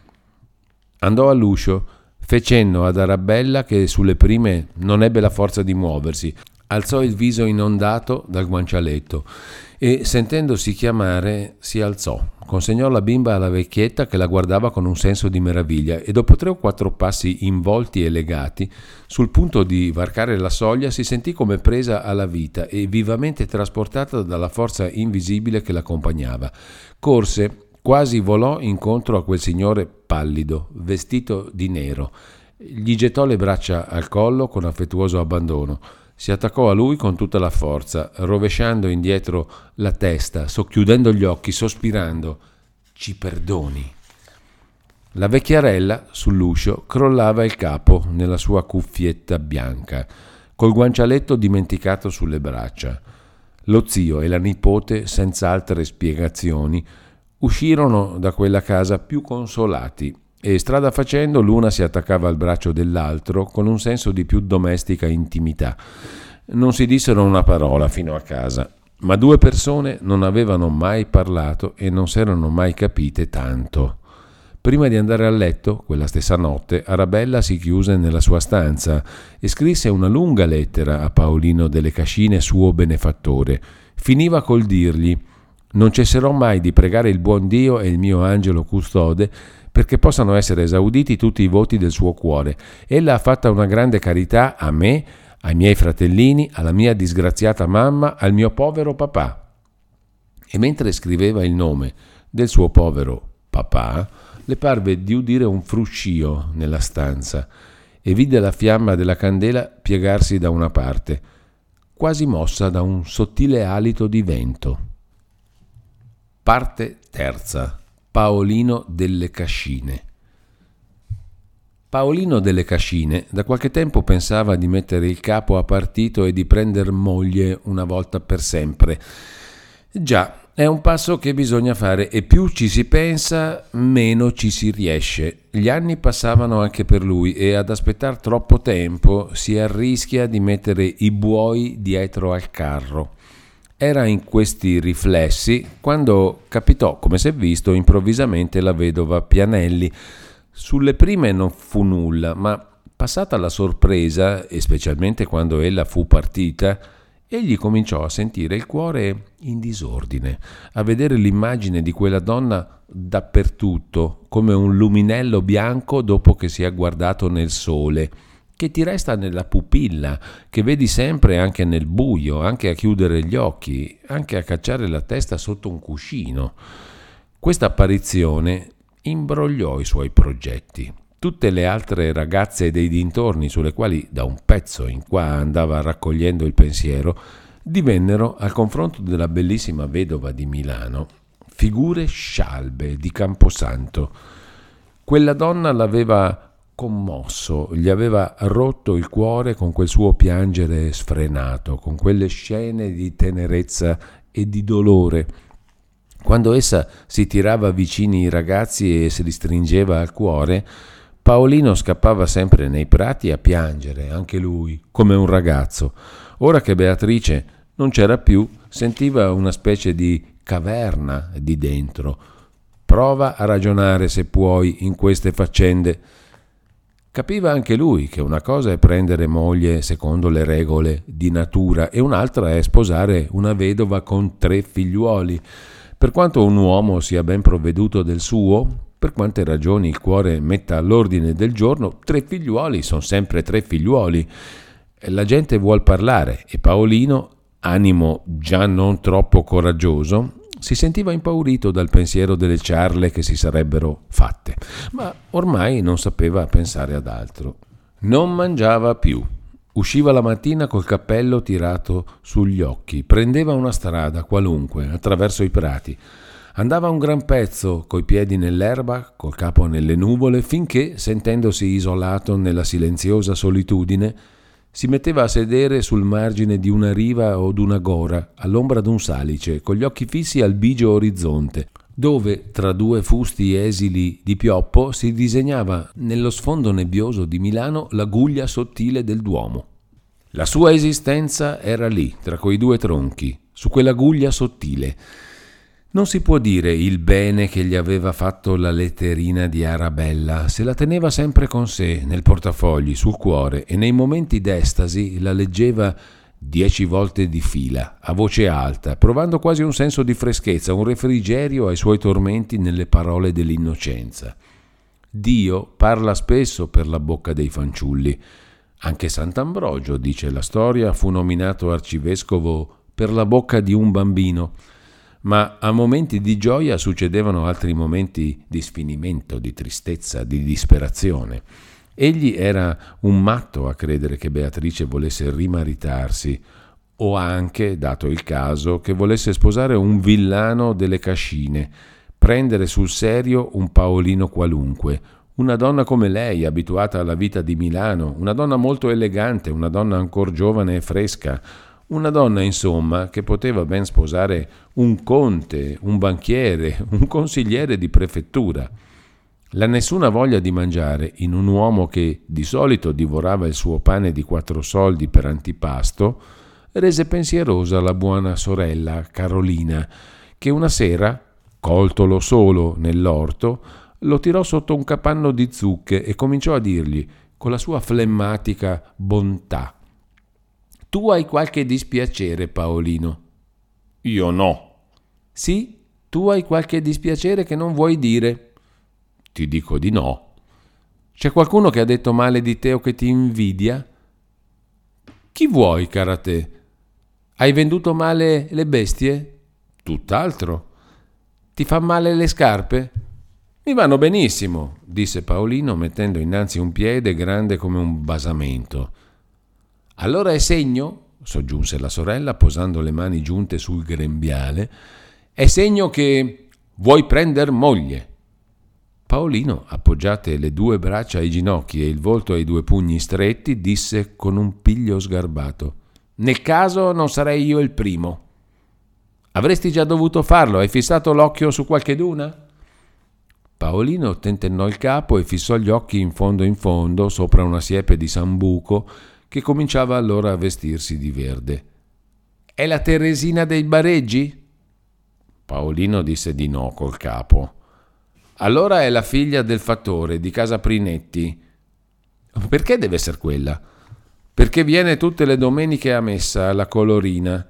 Andò all'uscio, fe cenno ad Arabella, che sulle prime non ebbe la forza di muoversi, alzò il viso inondato dal guancialetto e, sentendosi chiamare, si alzò. Consegnò la bimba alla vecchietta, che la guardava con un senso di meraviglia, e dopo tre o quattro passi involti e legati, sul punto di varcare la soglia, si sentì come presa alla vita e vivamente trasportata dalla forza invisibile che l'accompagnava. Corse, quasi volò incontro a quel signore pallido, vestito di nero. Gli gettò le braccia al collo con affettuoso abbandono. Si attaccò a lui con tutta la forza, rovesciando indietro la testa, socchiudendo gli occhi, sospirando: «Ci perdoni». La vecchiarella, sull'uscio, crollava il capo nella sua cuffietta bianca, col guancialetto dimenticato sulle braccia. Lo zio e la nipote, senza altre spiegazioni, uscirono da quella casa più consolati, e strada facendo l'una si attaccava al braccio dell'altro con un senso di più domestica intimità. Non si dissero una parola fino a casa, ma due persone non avevano mai parlato e non s'erano mai capite tanto. Prima di andare a letto, quella stessa notte, Arabella si chiuse nella sua stanza e scrisse una lunga lettera a Paolino delle Cascine, suo benefattore. Finiva col dirgli: «Non cesserò mai di pregare il buon Dio e il mio angelo custode perché possano essere esauditi tutti i voti del suo cuore. Ella ha fatta una grande carità a me, ai miei fratellini, alla mia disgraziata mamma, al mio povero papà». E mentre scriveva il nome del suo povero papà, le parve di udire un fruscio nella stanza e vide la fiamma della candela piegarsi da una parte, quasi mossa da un sottile alito di vento. Parte terza. Paolino delle Cascine. Paolino delle Cascine da qualche tempo pensava di mettere il capo a partito e di prender moglie una volta per sempre. Già, è un passo che bisogna fare, e più ci si pensa, meno ci si riesce. Gli anni passavano anche per lui e ad aspettare troppo tempo si arrischia di mettere i buoi dietro al carro. Era in questi riflessi quando capitò, come s'è visto, improvvisamente la vedova Pianelli. Sulle prime non fu nulla, ma passata la sorpresa, e specialmente quando ella fu partita, egli cominciò a sentire il cuore in disordine, a vedere l'immagine di quella donna dappertutto, come un luminello bianco dopo che si è guardato nel sole, che ti resta nella pupilla, che vedi sempre anche nel buio, anche a chiudere gli occhi, anche a cacciare la testa sotto un cuscino. Questa apparizione imbrogliò i suoi progetti. Tutte le altre ragazze dei dintorni, sulle quali da un pezzo in qua andava raccogliendo il pensiero, divennero, al confronto della bellissima vedova di Milano, figure scialbe di Camposanto. Quella donna l'aveva commosso, gli aveva rotto il cuore con quel suo piangere sfrenato, con quelle scene di tenerezza e di dolore. Quando essa si tirava vicini i ragazzi e se li stringeva al cuore, Paolino scappava sempre nei prati a piangere, anche lui, come un ragazzo. Ora che Beatrice non c'era più, sentiva una specie di caverna di dentro. Prova a ragionare, se puoi, in queste faccende. Capiva anche lui che una cosa è prendere moglie secondo le regole di natura e un'altra è sposare una vedova con tre figliuoli. Per quanto un uomo sia ben provveduto del suo, per quante ragioni il cuore metta all'ordine del giorno, tre figliuoli sono sempre tre figliuoli. La gente vuol parlare e Paolino, animo già non troppo coraggioso, si sentiva impaurito dal pensiero delle ciarle che si sarebbero fatte, ma ormai non sapeva pensare ad altro. Non mangiava più. Usciva la mattina col cappello tirato sugli occhi, prendeva una strada qualunque attraverso i prati. Andava un gran pezzo coi piedi nell'erba, col capo nelle nuvole, finché, sentendosi isolato nella silenziosa solitudine, si metteva a sedere sul margine di una riva o d'una gora, all'ombra d'un salice, con gli occhi fissi al bigio orizzonte, dove, tra due fusti esili di pioppo, si disegnava nello sfondo nebbioso di Milano la guglia sottile del Duomo. La sua esistenza era lì, tra quei due tronchi, su quella guglia sottile. Non si può dire il bene che gli aveva fatto la letterina di Arabella, se la teneva sempre con sé, nel portafogli, sul cuore, e nei momenti d'estasi la leggeva dieci volte di fila, a voce alta, provando quasi un senso di freschezza, un refrigerio ai suoi tormenti nelle parole dell'innocenza. Dio parla spesso per la bocca dei fanciulli. Anche Sant'Ambrogio, dice la storia, fu nominato arcivescovo per la bocca di un bambino. Ma a momenti di gioia succedevano altri momenti di sfinimento, di tristezza, di disperazione. Egli era un matto a credere che Beatrice volesse rimaritarsi, o anche, dato il caso, che volesse sposare un villano delle Cascine, prendere sul serio un Paolino qualunque, una donna come lei, abituata alla vita di Milano, una donna molto elegante, una donna ancor giovane e fresca, una donna, insomma, che poteva ben sposare un conte, un banchiere, un consigliere di prefettura. La nessuna voglia di mangiare in un uomo che di solito divorava il suo pane di quattro soldi per antipasto rese pensierosa la buona sorella Carolina, che una sera, coltolo solo nell'orto, lo tirò sotto un capanno di zucche e cominciò a dirgli, con la sua flemmatica bontà: «Tu hai qualche dispiacere, Paolino?» «Io no». «Sì, tu hai qualche dispiacere che non vuoi dire?» «Ti dico di no». «C'è qualcuno che ha detto male di te o che ti invidia?» «Chi vuoi, cara te? Hai venduto male le bestie?» «Tutt'altro». «Ti fa male le scarpe?» «Mi vanno benissimo», disse Paolino mettendo innanzi un piede grande come un basamento. «Allora è segno», soggiunse la sorella posando le mani giunte sul grembiale, «è segno che vuoi prender moglie». Paolino, appoggiate le due braccia ai ginocchi e il volto ai due pugni stretti, disse con un piglio sgarbato: «Nel caso non sarei io il primo». «Avresti già dovuto farlo, hai fissato l'occhio su qualcheduna?» Paolino tentennò il capo e fissò gli occhi in fondo in fondo sopra una siepe di sambuco che cominciava allora a vestirsi di verde. «È la Teresina dei Bareggi?» Paolino disse di no col capo. «Allora è la figlia del fattore di casa Prinetti». «Perché deve essere quella?» «Perché viene tutte le domeniche a messa alla Colorina».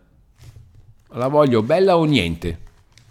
«La voglio bella o niente».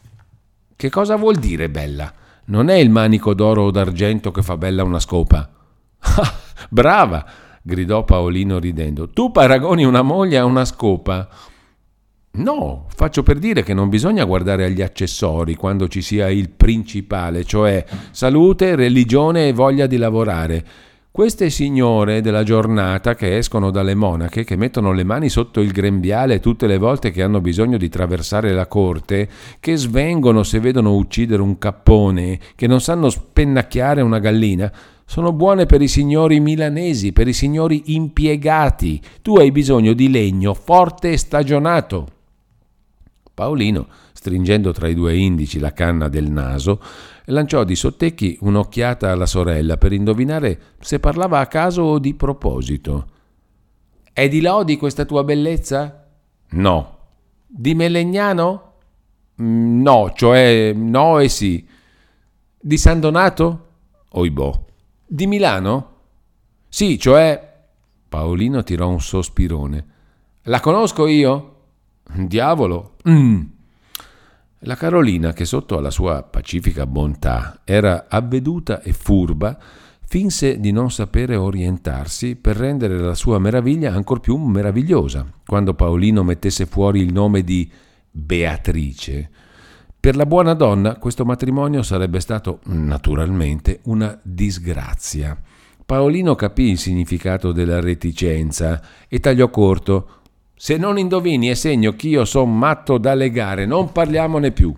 «Che cosa vuol dire bella? Non è il manico d'oro o d'argento che fa bella una scopa». «Ah, brava! gridò Paolino ridendo. Tu paragoni una moglie a una scopa? No, faccio per dire che non bisogna guardare agli accessori quando ci sia il principale, cioè salute, religione e voglia di lavorare. Queste signore della giornata che escono dalle monache, che mettono le mani sotto il grembiale tutte le volte che hanno bisogno di traversare la corte, che svengono se vedono uccidere un cappone, che non sanno spennacchiare una gallina, sono buone per i signori milanesi, per i signori impiegati. Tu hai bisogno di legno forte e stagionato. Paolino, stringendo tra i due indici la canna del naso, lanciò di sottecchi un'occhiata alla sorella per indovinare se parlava a caso o di proposito. È di Lodi questa tua bellezza? No. Di Melegnano? No, cioè no e sì. Di San Donato? Oibò. Di Milano? Sì, cioè... Paolino tirò un sospirone. La conosco io? Diavolo. Mm. La Carolina, che sotto alla sua pacifica bontà era avveduta e furba, finse di non sapere orientarsi per rendere la sua meraviglia ancor più meravigliosa. Quando Paolino mettesse fuori il nome di Beatrice, per la buona donna questo matrimonio sarebbe stato naturalmente una disgrazia. Paolino capì il significato della reticenza e tagliò corto. Se non indovini è segno ch'io son matto da legare, non parliamone più.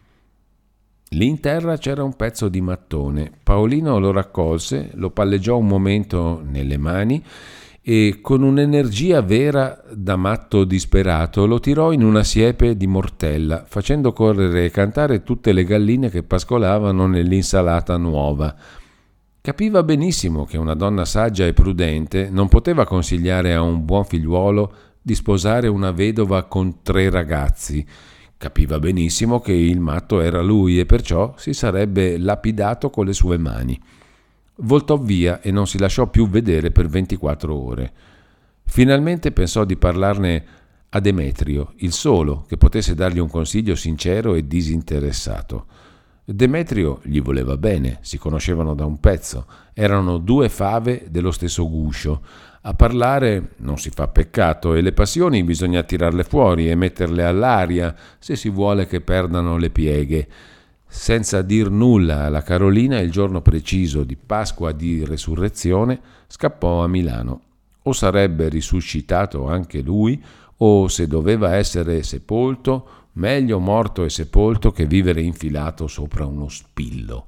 Lì in terra c'era un pezzo di mattone. Paolino lo raccolse, lo palleggiò un momento nelle mani e con un'energia vera da matto disperato lo tirò in una siepe di mortella, facendo correre e cantare tutte le galline che pascolavano nell'insalata nuova. Capiva benissimo che una donna saggia e prudente non poteva consigliare a un buon figliuolo di sposare una vedova con tre ragazzi. Capiva benissimo che il matto era lui e perciò si sarebbe lapidato con le sue mani. Voltò via e non si lasciò più vedere per ventiquattro ore. Finalmente pensò di parlarne a Demetrio, il solo che potesse dargli un consiglio sincero e disinteressato. Demetrio gli voleva bene, si conoscevano da un pezzo, erano due fave dello stesso guscio. A parlare non si fa peccato e le passioni bisogna tirarle fuori e metterle all'aria se si vuole che perdano le pieghe. Senza dir nulla alla Carolina, il giorno preciso di Pasqua di Resurrezione scappò a Milano. O sarebbe risuscitato anche lui, o se doveva essere sepolto, meglio morto e sepolto che vivere infilato sopra uno spillo.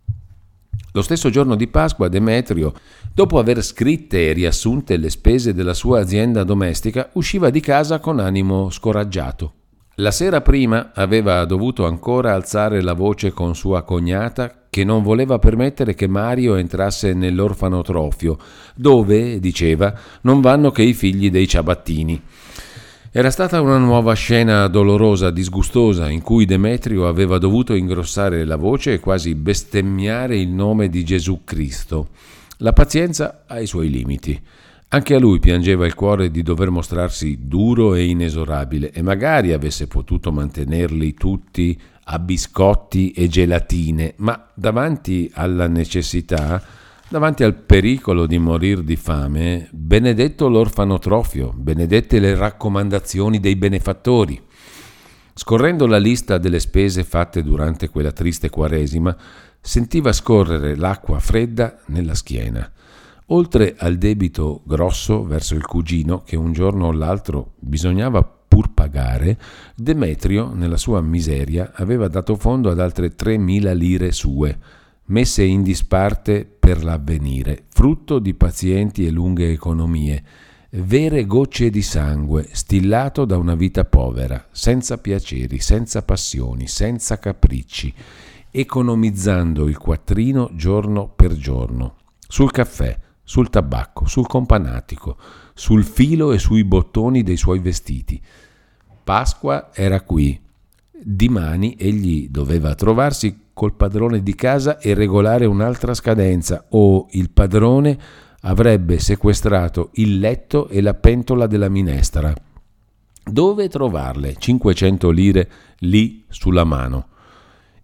Lo stesso giorno di Pasqua Demetrio, dopo aver scritte e riassunte le spese della sua azienda domestica, usciva di casa con animo scoraggiato. La sera prima aveva dovuto ancora alzare la voce con sua cognata che non voleva permettere che Mario entrasse nell'orfanotrofio, dove, diceva, non vanno che i figli dei ciabattini. Era stata una nuova scena dolorosa, disgustosa, in cui Demetrio aveva dovuto ingrossare la voce e quasi bestemmiare il nome di Gesù Cristo. La pazienza ha i suoi limiti. Anche a lui piangeva il cuore di dover mostrarsi duro e inesorabile, e magari avesse potuto mantenerli tutti a biscotti e gelatine, ma davanti alla necessità, davanti al pericolo di morir di fame, benedetto l'orfanotrofio, benedette le raccomandazioni dei benefattori. Scorrendo la lista delle spese fatte durante quella triste quaresima, sentiva scorrere l'acqua fredda nella schiena. Oltre al debito grosso verso il cugino, che un giorno o l'altro bisognava pur pagare, Demetrio, nella sua miseria, aveva dato fondo ad altre tremila lire sue, messe in disparte per l'avvenire, frutto di pazienti e lunghe economie, vere gocce di sangue, stillato da una vita povera, senza piaceri, senza passioni, senza capricci, economizzando il quattrino giorno per giorno, sul caffè, sul tabacco, sul companatico, sul filo e sui bottoni dei suoi vestiti. Pasqua era qui. Dimani egli doveva trovarsi col padrone di casa e regolare un'altra scadenza, o il padrone avrebbe sequestrato il letto e la pentola della minestra. Dove trovarle cinquecento lire lì sulla mano?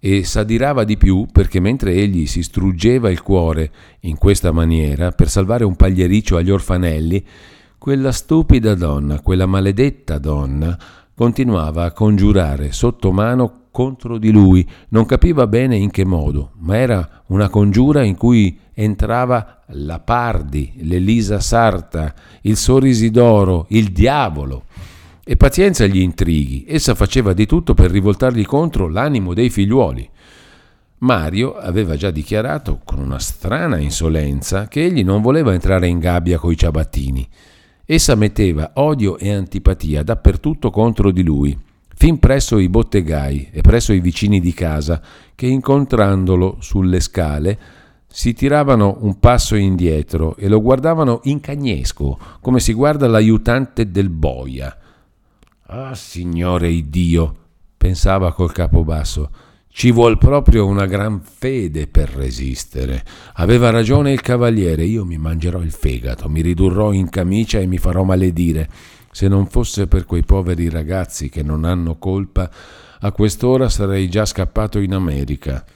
e s'adirava di più perché mentre egli si struggeva il cuore in questa maniera per salvare un pagliericcio agli orfanelli, quella stupida donna, quella maledetta donna, continuava a congiurare sotto mano contro di lui, non capiva bene in che modo, ma era una congiura in cui entrava la Pardi, l'Elisa Sarta, il Sorisidoro, il diavolo. E pazienza gli intrighi, essa faceva di tutto per rivoltargli contro l'animo dei figliuoli. Mario aveva già dichiarato, con una strana insolenza, che egli non voleva entrare in gabbia coi ciabattini. Essa metteva odio e antipatia dappertutto contro di lui, fin presso i bottegai e presso i vicini di casa, che incontrandolo sulle scale si tiravano un passo indietro e lo guardavano in cagnesco, come si guarda l'aiutante del boia. «Ah, Signore Iddio», pensava col capo basso, «ci vuol proprio una gran fede per resistere. Aveva ragione il cavaliere, io mi mangerò il fegato, mi ridurrò in camicia e mi farò maledire. Se non fosse per quei poveri ragazzi che non hanno colpa, a quest'ora sarei già scappato in America».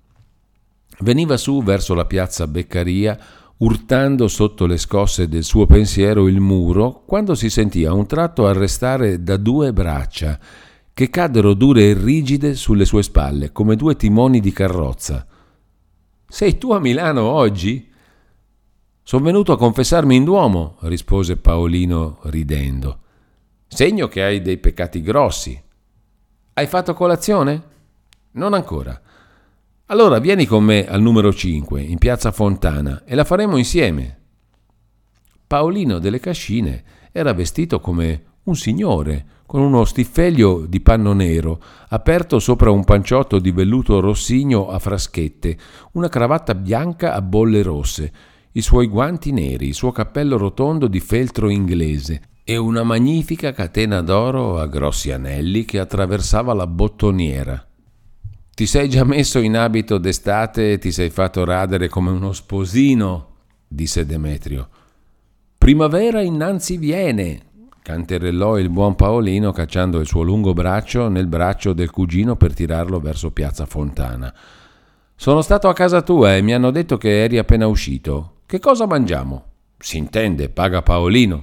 Veniva su verso la piazza Beccaria, urtando sotto le scosse del suo pensiero il muro, quando si sentì a un tratto arrestare da due braccia, che caddero dure e rigide sulle sue spalle, come due timoni di carrozza. «Sei tu a Milano oggi?» «Sono venuto a confessarmi in Duomo», rispose Paolino ridendo. «Segno che hai dei peccati grossi. Hai fatto colazione?» «Non ancora». «Allora vieni con me al numero cinque, in piazza Fontana, e la faremo insieme». Paolino delle Cascine era vestito come un signore, con uno stiffelio di panno nero, aperto sopra un panciotto di velluto rossigno a fraschette, una cravatta bianca a bolle rosse, i suoi guanti neri, il suo cappello rotondo di feltro inglese e una magnifica catena d'oro a grossi anelli che attraversava la bottoniera. «Ti sei già messo in abito d'estate e ti sei fatto radere come uno sposino», disse Demetrio. «Primavera innanzi viene», canterellò il buon Paolino cacciando il suo lungo braccio nel braccio del cugino per tirarlo verso piazza Fontana. «Sono stato a casa tua e mi hanno detto che eri appena uscito. Che cosa mangiamo?» «S'intende, paga Paolino».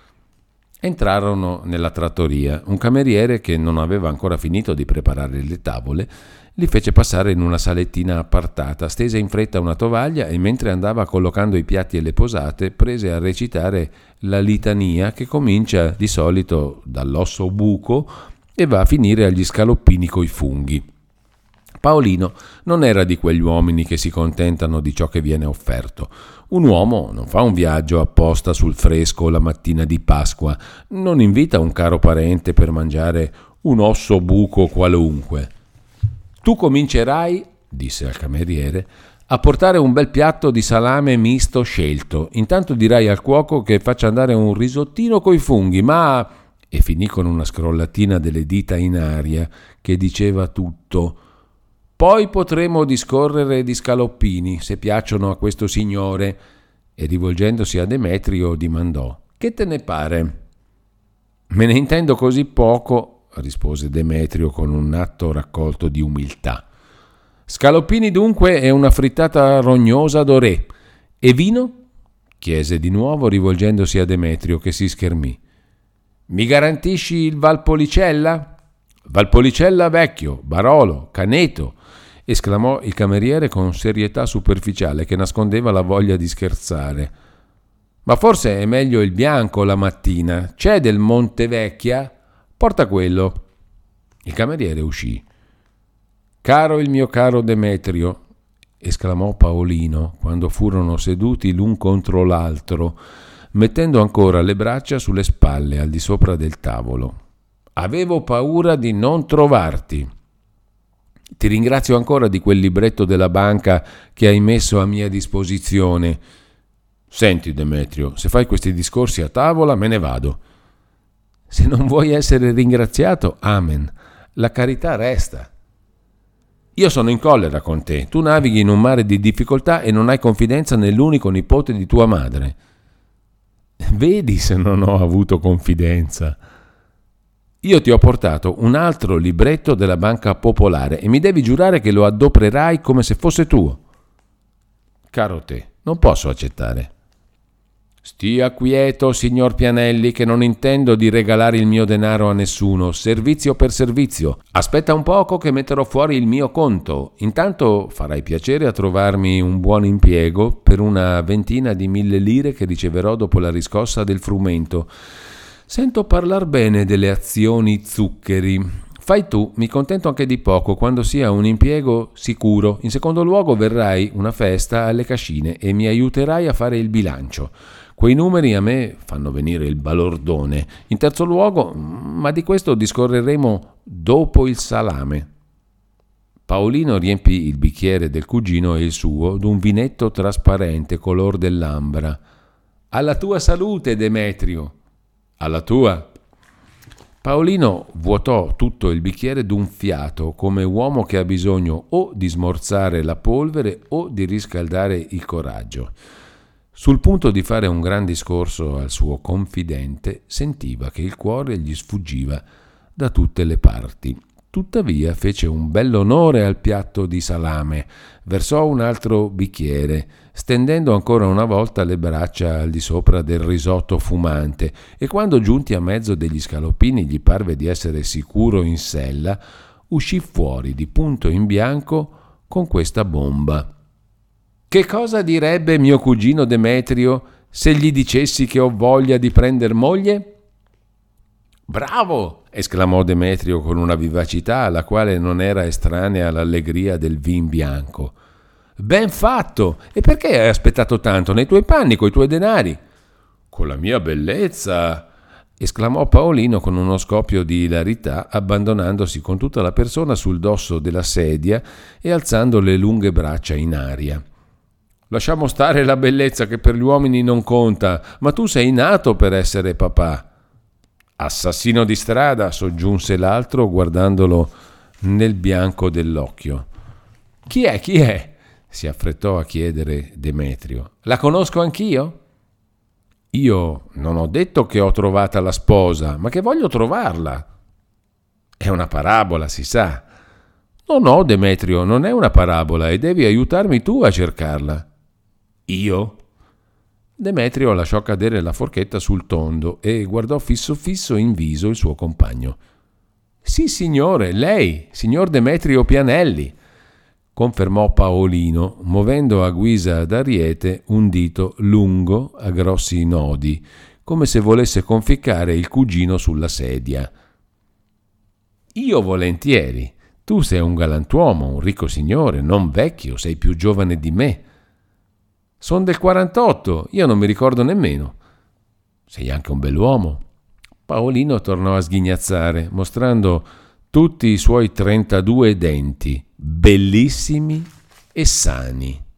Entrarono nella trattoria. Un cameriere, che non aveva ancora finito di preparare le tavole, li fece passare in una salettina appartata, stese in fretta una tovaglia e mentre andava collocando i piatti e le posate prese a recitare la litania che comincia di solito dall'osso buco e va a finire agli scaloppini coi funghi. Paolino non era di quegli uomini che si contentano di ciò che viene offerto. Un uomo non fa un viaggio apposta sul fresco la mattina di Pasqua, non invita un caro parente per mangiare un osso buco qualunque. «Tu comincerai», disse al cameriere, «a portare un bel piatto di salame misto scelto. Intanto dirai al cuoco che faccia andare un risottino coi funghi, ma...» E finì con una scrollatina delle dita in aria che diceva tutto. «Poi potremo discorrere di scaloppini, se piacciono a questo signore». E rivolgendosi a Demetrio dimandò: «Che te ne pare?» «Me ne intendo così poco», rispose Demetrio con un atto raccolto di umiltà. «Scaloppini dunque e una frittata rognosa doré. E vino?» chiese di nuovo rivolgendosi a Demetrio, che si schermì. «Mi garantisci il Valpolicella?» «Valpolicella vecchio, Barolo, Caneto», esclamò il cameriere con serietà superficiale che nascondeva la voglia di scherzare. «Ma forse è meglio il bianco la mattina. C'è del Montevecchia? Porta quello». Il cameriere uscì. «Caro il mio caro Demetrio», esclamò Paolino quando furono seduti l'un contro l'altro, mettendo ancora le braccia sulle spalle al di sopra del tavolo. «Avevo paura di non trovarti. Ti ringrazio ancora di quel libretto della banca che hai messo a mia disposizione. Senti, Demetrio, se fai questi discorsi a tavola me ne vado». «Se non vuoi essere ringraziato, amen. La carità resta». «Io sono in collera con te. Tu navighi in un mare di difficoltà e non hai confidenza nell'unico nipote di tua madre». «Vedi se non ho avuto confidenza». Io ti ho portato un altro libretto della Banca Popolare e mi devi giurare che lo adopererai come se fosse tuo. Caro te, non posso accettare. Stia quieto, signor Pianelli, che non intendo di regalare il mio denaro a nessuno, servizio per servizio. Aspetta un poco che metterò fuori il mio conto. Intanto farai piacere a trovarmi un buon impiego per una ventina di mille lire che riceverò dopo la riscossa del frumento. Sento parlar bene delle azioni zuccheri. Fai tu, mi contento anche di poco quando sia un impiego sicuro. In secondo luogo verrai una festa alle cascine e mi aiuterai a fare il bilancio. Quei numeri a me fanno venire il balordone. In terzo luogo, ma di questo discorreremo dopo il salame. Paolino riempì il bicchiere del cugino e il suo d'un vinetto trasparente color dell'ambra. Alla tua salute, Demetrio. Alla tua. Paolino vuotò tutto il bicchiere d'un fiato, come uomo che ha bisogno o di smorzare la polvere o di riscaldare il coraggio. Sul punto di fare un gran discorso al suo confidente, sentiva che il cuore gli sfuggiva da tutte le parti. Tuttavia fece un bell'onore al piatto di salame, versò un altro bicchiere, stendendo ancora una volta le braccia al di sopra del risotto fumante, e quando giunti a mezzo degli scaloppini gli parve di essere sicuro in sella, uscì fuori di punto in bianco con questa bomba. Che cosa direbbe mio cugino Demetrio se gli dicessi che ho voglia di prender moglie? Bravo! Esclamò Demetrio con una vivacità alla quale non era estranea l'allegria del vin bianco. Ben fatto! E perché hai aspettato tanto? Nei tuoi panni, coi tuoi denari? Con la mia bellezza! Esclamò Paolino con uno scoppio di ilarità, abbandonandosi con tutta la persona sul dosso della sedia e alzando le lunghe braccia in aria. Lasciamo stare la bellezza che per gli uomini non conta, ma tu sei nato per essere papà. Assassino di strada, soggiunse l'altro guardandolo nel bianco dell'occhio. Chi è, chi è? Si affrettò a chiedere Demetrio. La conosco anch'io? Io non ho detto che ho trovata la sposa, ma che voglio trovarla. È una parabola, si sa. No, no, Demetrio, non è una parabola e devi aiutarmi tu a cercarla. Io? Demetrio lasciò cadere la forchetta sul tondo e guardò fisso fisso in viso il suo compagno. Sì, signore, lei, signor Demetrio Pianelli, confermò Paolino, muovendo a guisa d'ariete un dito lungo a grossi nodi, come se volesse conficcare il cugino sulla sedia. Io volentieri. Tu sei un galantuomo, un ricco signore, non vecchio, sei più giovane di me. Son del quarantotto, io non mi ricordo nemmeno. Sei anche un bell'uomo. Paolino tornò a sghignazzare, mostrando tutti i suoi trentadue denti, bellissimi e sani.